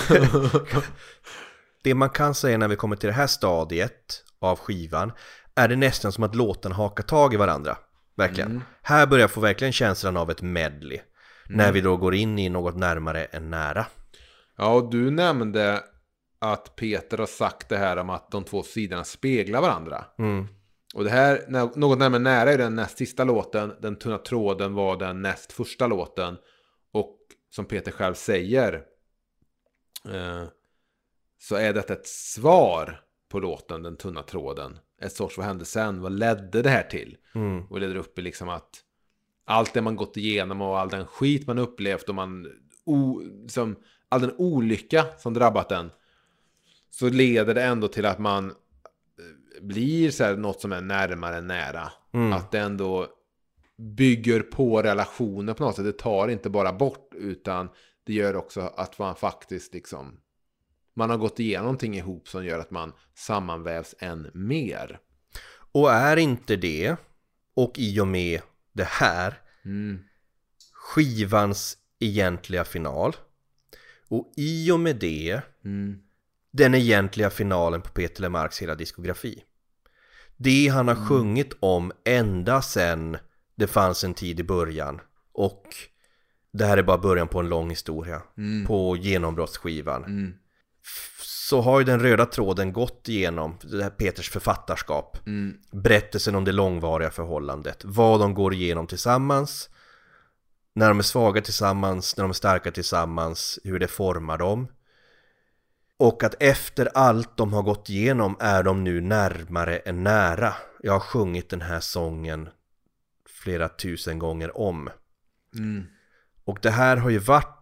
Det man kan säga när vi kommer till det här stadiet av skivan är det nästan som att låten hakar tag i varandra. Verkligen. Mm. Här börjar jag få verkligen känslan av ett medley. Mm. När vi då går in i något närmare än nära.
Ja, och du nämnde att Peter har sagt det här om att de två sidorna speglar varandra. Mm. Och det här, något närmare nära, är den näst sista låten. Den tunna tråden var den näst första låten. Och som Peter själv säger, eh, så är detta ett svar på låten Den tunna tråden. Ett sorts vad hände sen? Vad ledde det här till? Mm. Och det leder upp i liksom att allt det man gått igenom och all den skit man upplevt och man o, som, all den olycka som drabbat den, så leder det ändå till att man blir så här något som är närmare nära. Mm. Att det ändå bygger på relationer på något sätt. Det tar inte bara bort, utan det gör också att man faktiskt liksom, man har gått igenom någonting ihop som gör att man sammanvävs än mer.
Och är inte det, och i och med det här mm. skivans egentliga final, och i och med det mm. den egentliga finalen på Peter Lemarks hela diskografi. Det han har mm. sjungit om ända sedan det fanns en tid i början, och det här är bara början på en lång historia mm. på genombrottsskivan. Mm. Så har ju den röda tråden gått igenom det här Peters författarskap. Mm. Berättelsen om det långvariga förhållandet. Vad de går igenom tillsammans. När de är svaga tillsammans. När de är starka tillsammans. Hur det formar dem. Och att efter allt de har gått igenom är de nu närmare än nära. Jag har sjungit den här sången flera tusen gånger om. Mm. Och det här har ju varit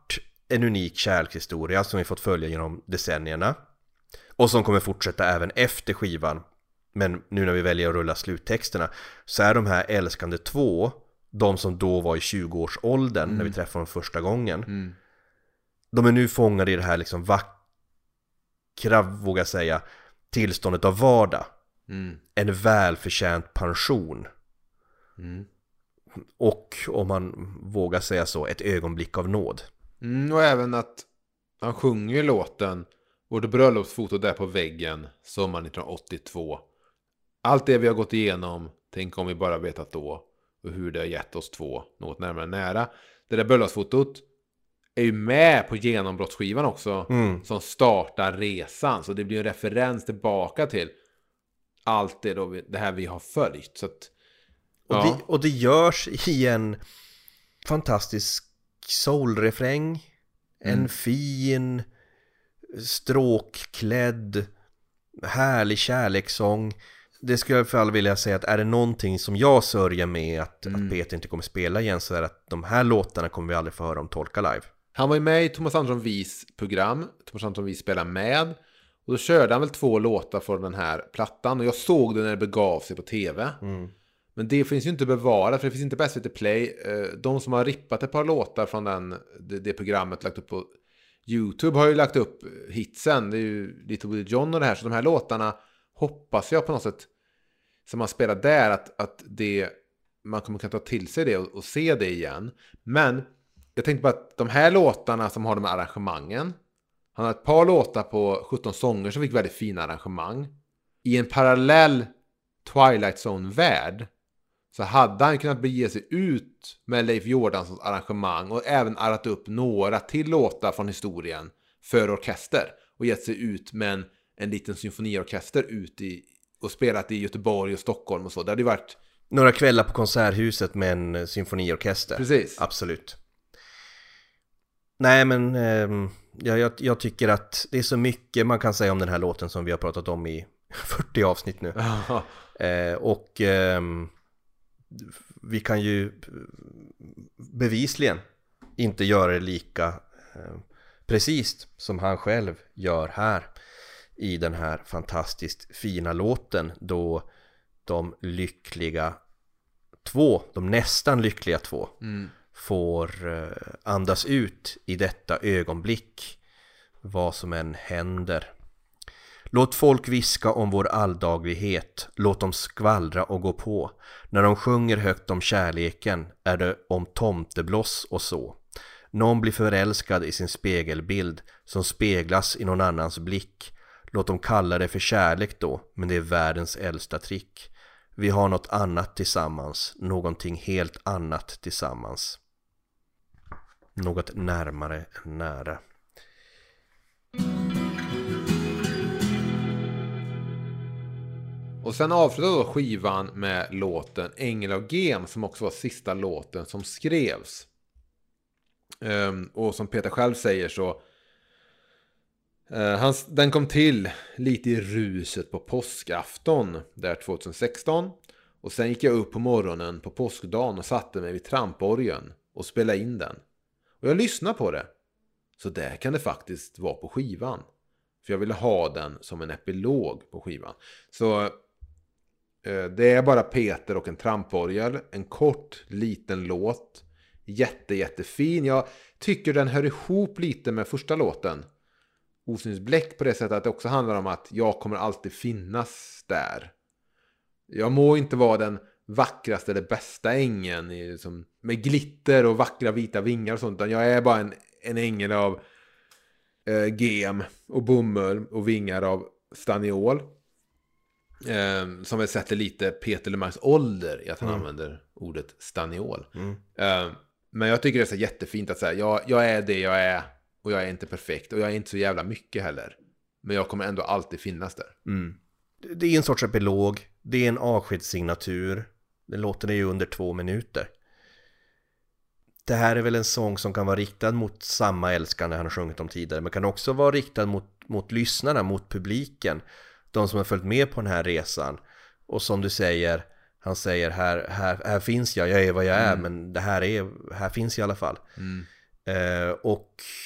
en unik kärlekshistoria som vi fått följa genom decennierna och som kommer fortsätta även efter skivan. Men nu när vi väljer att rulla sluttexterna så är de här älskande två, de som då var i tjugo-årsåldern mm. när vi träffade dem första gången. Mm. De är nu fångade i det här liksom vackra, vågar jag säga, tillståndet av vardag. Mm. En välförtjänt pension. Mm. Och om man vågar säga så, ett ögonblick av nåd.
Mm, och även att han sjunger i låten vårt bröllopsfoto där på väggen sommar nittonhundraåttiotvå. Allt det vi har gått igenom, tänk om vi bara vetat då, och hur det har gett oss två något närmare nära. Det där bröllopsfotot är ju med på genombrottsskivan också, mm. som startar resan. Så det blir en referens tillbaka till allt det, då vi, det här vi har följt. Så att,
ja. och, det, och det görs i en fantastisk soul-refräng, mm. en fin stråkklädd härlig kärlekssång. Det skulle jag för alla vilja säga att är det någonting som jag sörjer med att, mm. att Peter inte kommer spela igen, så är det att de här låtarna kommer vi aldrig få höra om Tolka live.
Han var ju med i Thomas Andersson Vis program. Thomas Andersson Vis spelar med. Och då körde han väl två låtar från den här plattan. Och jag såg det när det begav sig på tv. Mm. Men det finns ju inte bevarat, för det finns inte på S V T Play. De som har rippat ett par låtar från den, det, det programmet lagt upp på YouTube har ju lagt upp hitsen. Det är ju Little Willie John och det här. Så de här låtarna hoppas jag på något sätt som man spelar där att, att det, man kommer kunna ta till sig det och, och se det igen. Men jag tänkte på att de här låtarna som har de här arrangemangen, han har ett par låtar på sjutton sånger som fick väldigt fina arrangemang. I en parallell Twilight Zone-värld så hade han kunnat bege sig ut med Leif Jordanssons arrangemang och även arrat upp några till låtar från historien för orkester och gett sig ut med en, en liten symfoniorkester ut i, och spelat i Göteborg och Stockholm och så. Det hade varit
några kvällar på Konserthuset med en symfoniorkester.
Precis.
Absolut. Nej, men eh, jag, jag, jag tycker att det är så mycket man kan säga om den här låten som vi har pratat om i fyrtio avsnitt nu. eh, och eh, vi kan ju bevisligen inte göra det lika eh, precis som han själv gör här i den här fantastiskt fina låten, då de lyckliga två, de nästan lyckliga två mm. får eh, andas ut i detta ögonblick, vad som än händer. Låt folk viska om vår alldaglighet, låt dem skvallra och gå på. När de sjunger högt om kärleken är det om tomtebloss och så. Någon blir förälskad i sin spegelbild som speglas i någon annans blick. Låt dem kalla det för kärlek då, men det är världens äldsta trick. Vi har något annat tillsammans, någonting helt annat tillsammans. Något närmare än nära.
Och sen avslutade då skivan med låten Ängel av Gem, som också var sista låten som skrevs. Um, och som Peter själv säger så uh, hans, den kom till lite i ruset på påskafton där tjugohundrasexton. Och sen gick jag upp på morgonen på påskdagen och satte mig vid tramporgeln och spelade in den. Och jag lyssnade på det. Så där kan det faktiskt vara på skivan. För jag ville ha den som en epilog på skivan. Så eh, det är bara Peter och en tramporgel. En kort, liten låt. Jätte, jättefin. Jag tycker den hör ihop lite med första låten. Osynligt på det sättet att det också handlar om att jag kommer alltid finnas där. Jag må inte vara den vackraste eller bästa ängeln i, som, med glitter och vackra vita vingar och sånt. Utan jag är bara en, en ängel av eh, gem och bomull och vingar av staniol. Eh, som väl sätter lite Peter Lemarks ålder i att han mm. använder ordet staniol. Mm. Eh, men jag tycker det är så jättefint att säga jag, jag är det jag är och jag är inte perfekt och jag är inte så jävla mycket heller. Men jag kommer ändå alltid finnas där.
Mm. Det är en sorts epilog. Det är en avskedssignatur. Den låten är ju under två minuter. Det här är väl en sång som kan vara riktad mot samma älskande han har sjungit om tidigare, men kan också vara riktad mot, mot lyssnarna, mot publiken, de som har följt med på den här resan. Och som du säger, han säger här, här, här finns jag, jag är vad jag är, mm. men det här, är, här finns jag i alla fall. Mm. Eh, och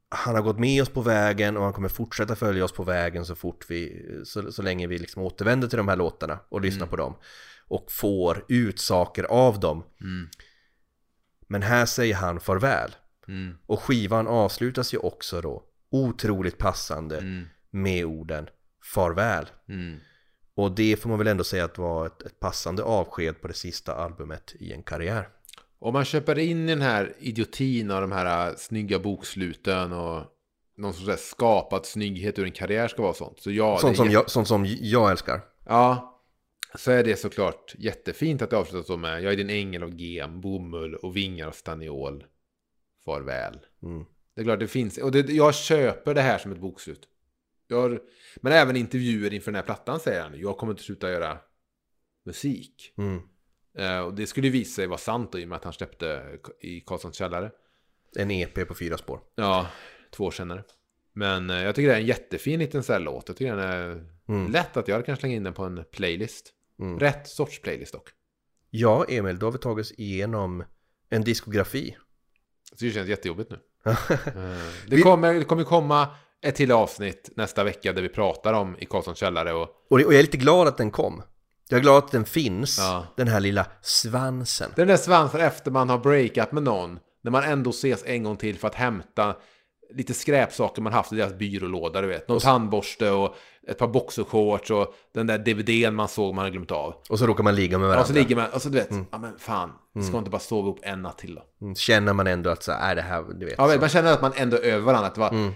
han har gått med oss på vägen och han kommer fortsätta följa oss på vägen så fort vi så, så länge vi liksom återvänder till de här låtarna och lyssnar mm. på dem och får ut saker av dem. Mm. Men här säger han farväl. Mm. Och skivan avslutas ju också då otroligt passande mm. med orden farväl. Mm. Och det får man väl ändå säga att var ett, ett passande avsked på det sista albumet i en karriär.
Om man köper in den här idiotin och de här uh, snygga boksluten och någon sorts skapad snygghet ur en karriär ska vara sånt. Så ja,
sånt, som
jätte...
jag, sånt som jag älskar.
Ja, så är det såklart jättefint att det avslutas så med jag är din ängel och gem, bomull och vingar och staniol. Farväl. Mm. Det är klart det finns. Och det, jag köper det här som ett bokslut. Jag har, men även intervjuer inför den här plattan säger han. Jag kommer inte sluta göra musik. Mm. Uh, och det skulle visa sig vara sant då, i och med att han släppte i Karlssons källare.
En E P på fyra spår.
Ja, två år senare. Men uh, jag tycker det är en jättefin liten sån här låt. Jag tycker den är mm. lätt att jag kan slänga in den på en playlist. Mm. Rätt sorts playlist dock.
Ja, Emil, då har vi tagit igenom en diskografi.
Så det känns jättejobbigt nu. uh, det, kommer, det kommer komma ett till avsnitt nästa vecka där vi pratar om i Karlssons källare. Och,
och, och jag är lite glad att den kom. Jag är glad att den finns, ja. Den här lilla svansen.
Den där svansen efter man har breakat med någon. När man ändå ses en gång till för att hämta lite skräpsaker man haft i deras byrålåda, du vet. Någon och så, tandborste och ett par boxershorts och den där D V D:n man såg man hade glömt av.
Och så råkar man ligga med varandra.
Och så ligger man, och så du vet, mm. ja men fan, vi ska mm. inte bara sova upp en natt till då.
Mm. Känner man ändå att så är det här, du vet.
Ja, så. Man känner att man ändå är över varandra. Att det var, mm.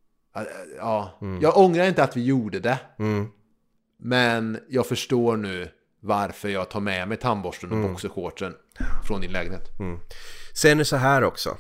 ja, mm. jag ångrar inte att vi gjorde det. Mm. Men jag förstår nu varför jag tar med mig tandborsten och mm. boxershortsen från din lägenhet.
Mm. Sen är det så här också.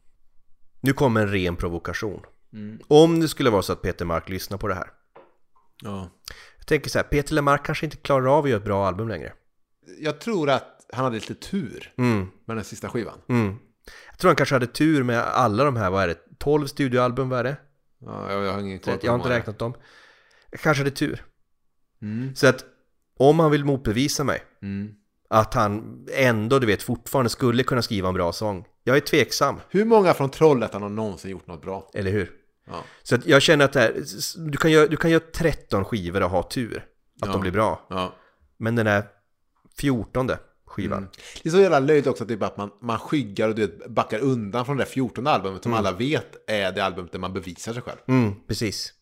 Nu kommer en ren provokation. Mm. Om det skulle vara så att Peter Mark lyssnar på det här. Ja. Jag tänker så här, Peter Lemark kanske inte klarar av att göra ett bra album längre.
Jag tror att han hade lite tur mm. med den sista skivan.
Mm. Jag tror han kanske hade tur med alla de här, vad är det? tolv studioalbum, vad är det?
Ja, jag har ingen koll på
Jag har inte räknat dem. Jag kanske hade tur. Mm. Så att om han vill motbevisa mig mm. att han ändå, du vet, fortfarande skulle kunna skriva en bra sång. Jag är tveksam.
Hur många från Trollhättan har någonsin gjort något bra?
Eller hur? Ja. Så att jag känner att det här, du, kan göra, du kan göra tretton skivor och ha tur att ja. de blir bra. Ja. Men den här fjortonde skivan. Mm.
Det är så jävla löjligt också att, det är bara att man, man skyggar och du backar undan från det där fjortonde albumet som mm. alla vet är det albumet där man bevisar sig själv.
Mm, precis.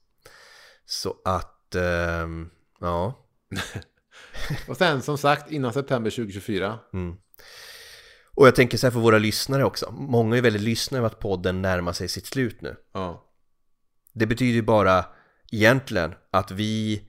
Så att, ähm, ja...
Och sen som sagt innan september tjugohundratjugofyra. Mm.
Och jag tänker så här för våra lyssnare också. Många är väldigt lyssnare av att podden närmar sig sitt slut nu. Ja. Det betyder ju bara egentligen att vi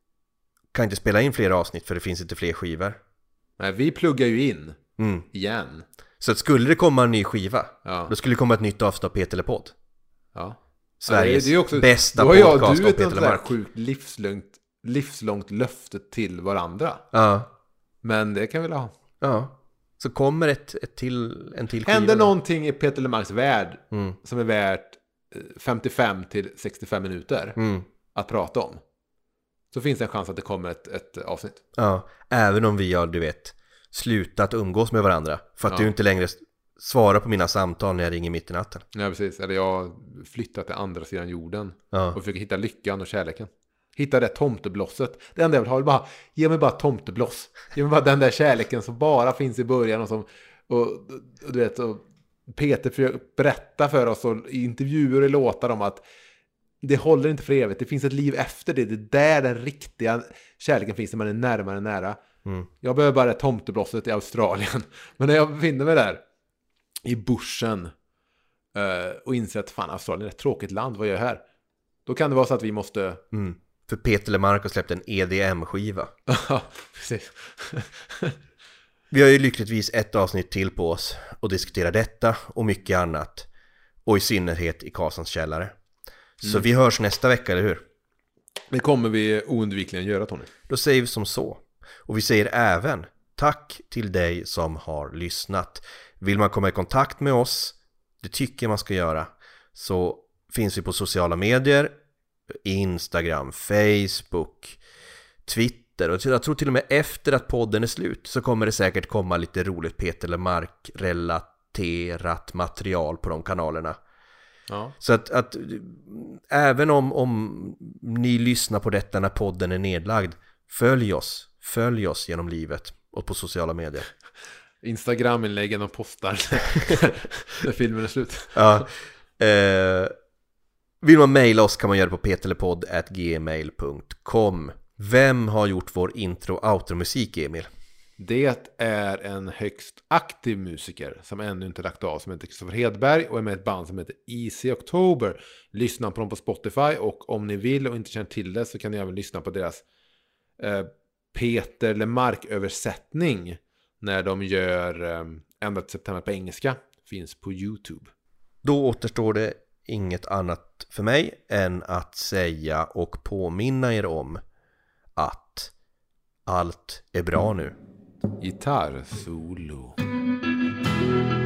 kan inte spela in fler avsnitt för det finns inte fler skivor.
Nej, vi pluggar ju in mm. igen.
Så att skulle det komma en ny skiva, ja. då skulle det komma ett nytt avsnitt av Peter Lepodd.
Ja.
Sveriges
ja, det är också,
bästa podcast
av Peter Lemark. Du vet
Lemark.
Sjukt livslångt livslångt löfte till varandra.
Ja.
Men det kan vi väl ha.
Ja. Så kommer ett, ett till, en till skiva.
Händer någonting i Peter Lemarks värld mm. som är värt femtiofem till sextiofem minuter mm. att prata om. Så finns det en chans att det kommer ett, ett avsnitt.
Ja, även om vi har, du vet, slutat umgås med varandra. För att ja. du inte längre svarar på mina samtal när jag ringer mitt i natten.
Ja, precis. Eller jag flyttat till andra sidan jorden ja. och försöker hitta lyckan och kärleken. Hitta det tomteblosset. Det enda jag vill ha är bara, ge mig bara tomtebloss. Ge mig bara den där kärleken som bara finns i början och som, och, och, och du vet, och Peter försöker berätta för oss och i intervjuer och låtar om att det håller inte för evigt. Det finns ett liv efter det. Det är där den riktiga kärleken finns när man är närmare nära. Mm. Jag behöver bara det tomteblosset i Australien. Men när jag befinner mig där i bushen uh, och inser att fan, Australien är ett tråkigt land. Vad gör jag här? Då kan det vara så att vi måste...
Mm. För Peter Lemark har släppt en E D M-skiva.
Ja, precis.
Vi har ju lyckligtvis ett avsnitt till på oss och diskutera detta och mycket annat. Och i synnerhet i Karlssons källare. Så mm. vi hörs nästa vecka, eller hur?
Det kommer vi oundvikligen göra, Tony.
Då säger vi som så. Och vi säger även tack till dig som har lyssnat. Vill man komma i kontakt med oss, det tycker man ska göra, så finns vi på sociala medier. Instagram, Facebook, Twitter, och jag tror till och med efter att podden är slut så kommer det säkert komma lite roligt Peter Lemark relaterat material på de kanalerna.
Ja.
Så att, att även om, om ni lyssnar på detta när podden är nedlagd, följ oss, följ oss genom livet och på sociala medier.
Instagram-inläggen och postar när filmen är slut.
Ja. Eh, vill man mejla oss kan man göra det på peterlepodd at gmail dot com. Vem har gjort vår intro- och outro-musik, Emil?
Det är en högst aktiv musiker som ännu inte lagt av, som heter Kristoffer Hedberg och är med ett band som heter Easy October. Lyssna på dem på Spotify, och om ni vill och inte känner till det så kan ni även lyssna på deras eh, Peter Lemark-översättning när de gör eh, ända till september på engelska. Finns på YouTube.
Då återstår det inget annat för mig än att säga och påminna er om att allt är bra nu.
Gitarrsolo.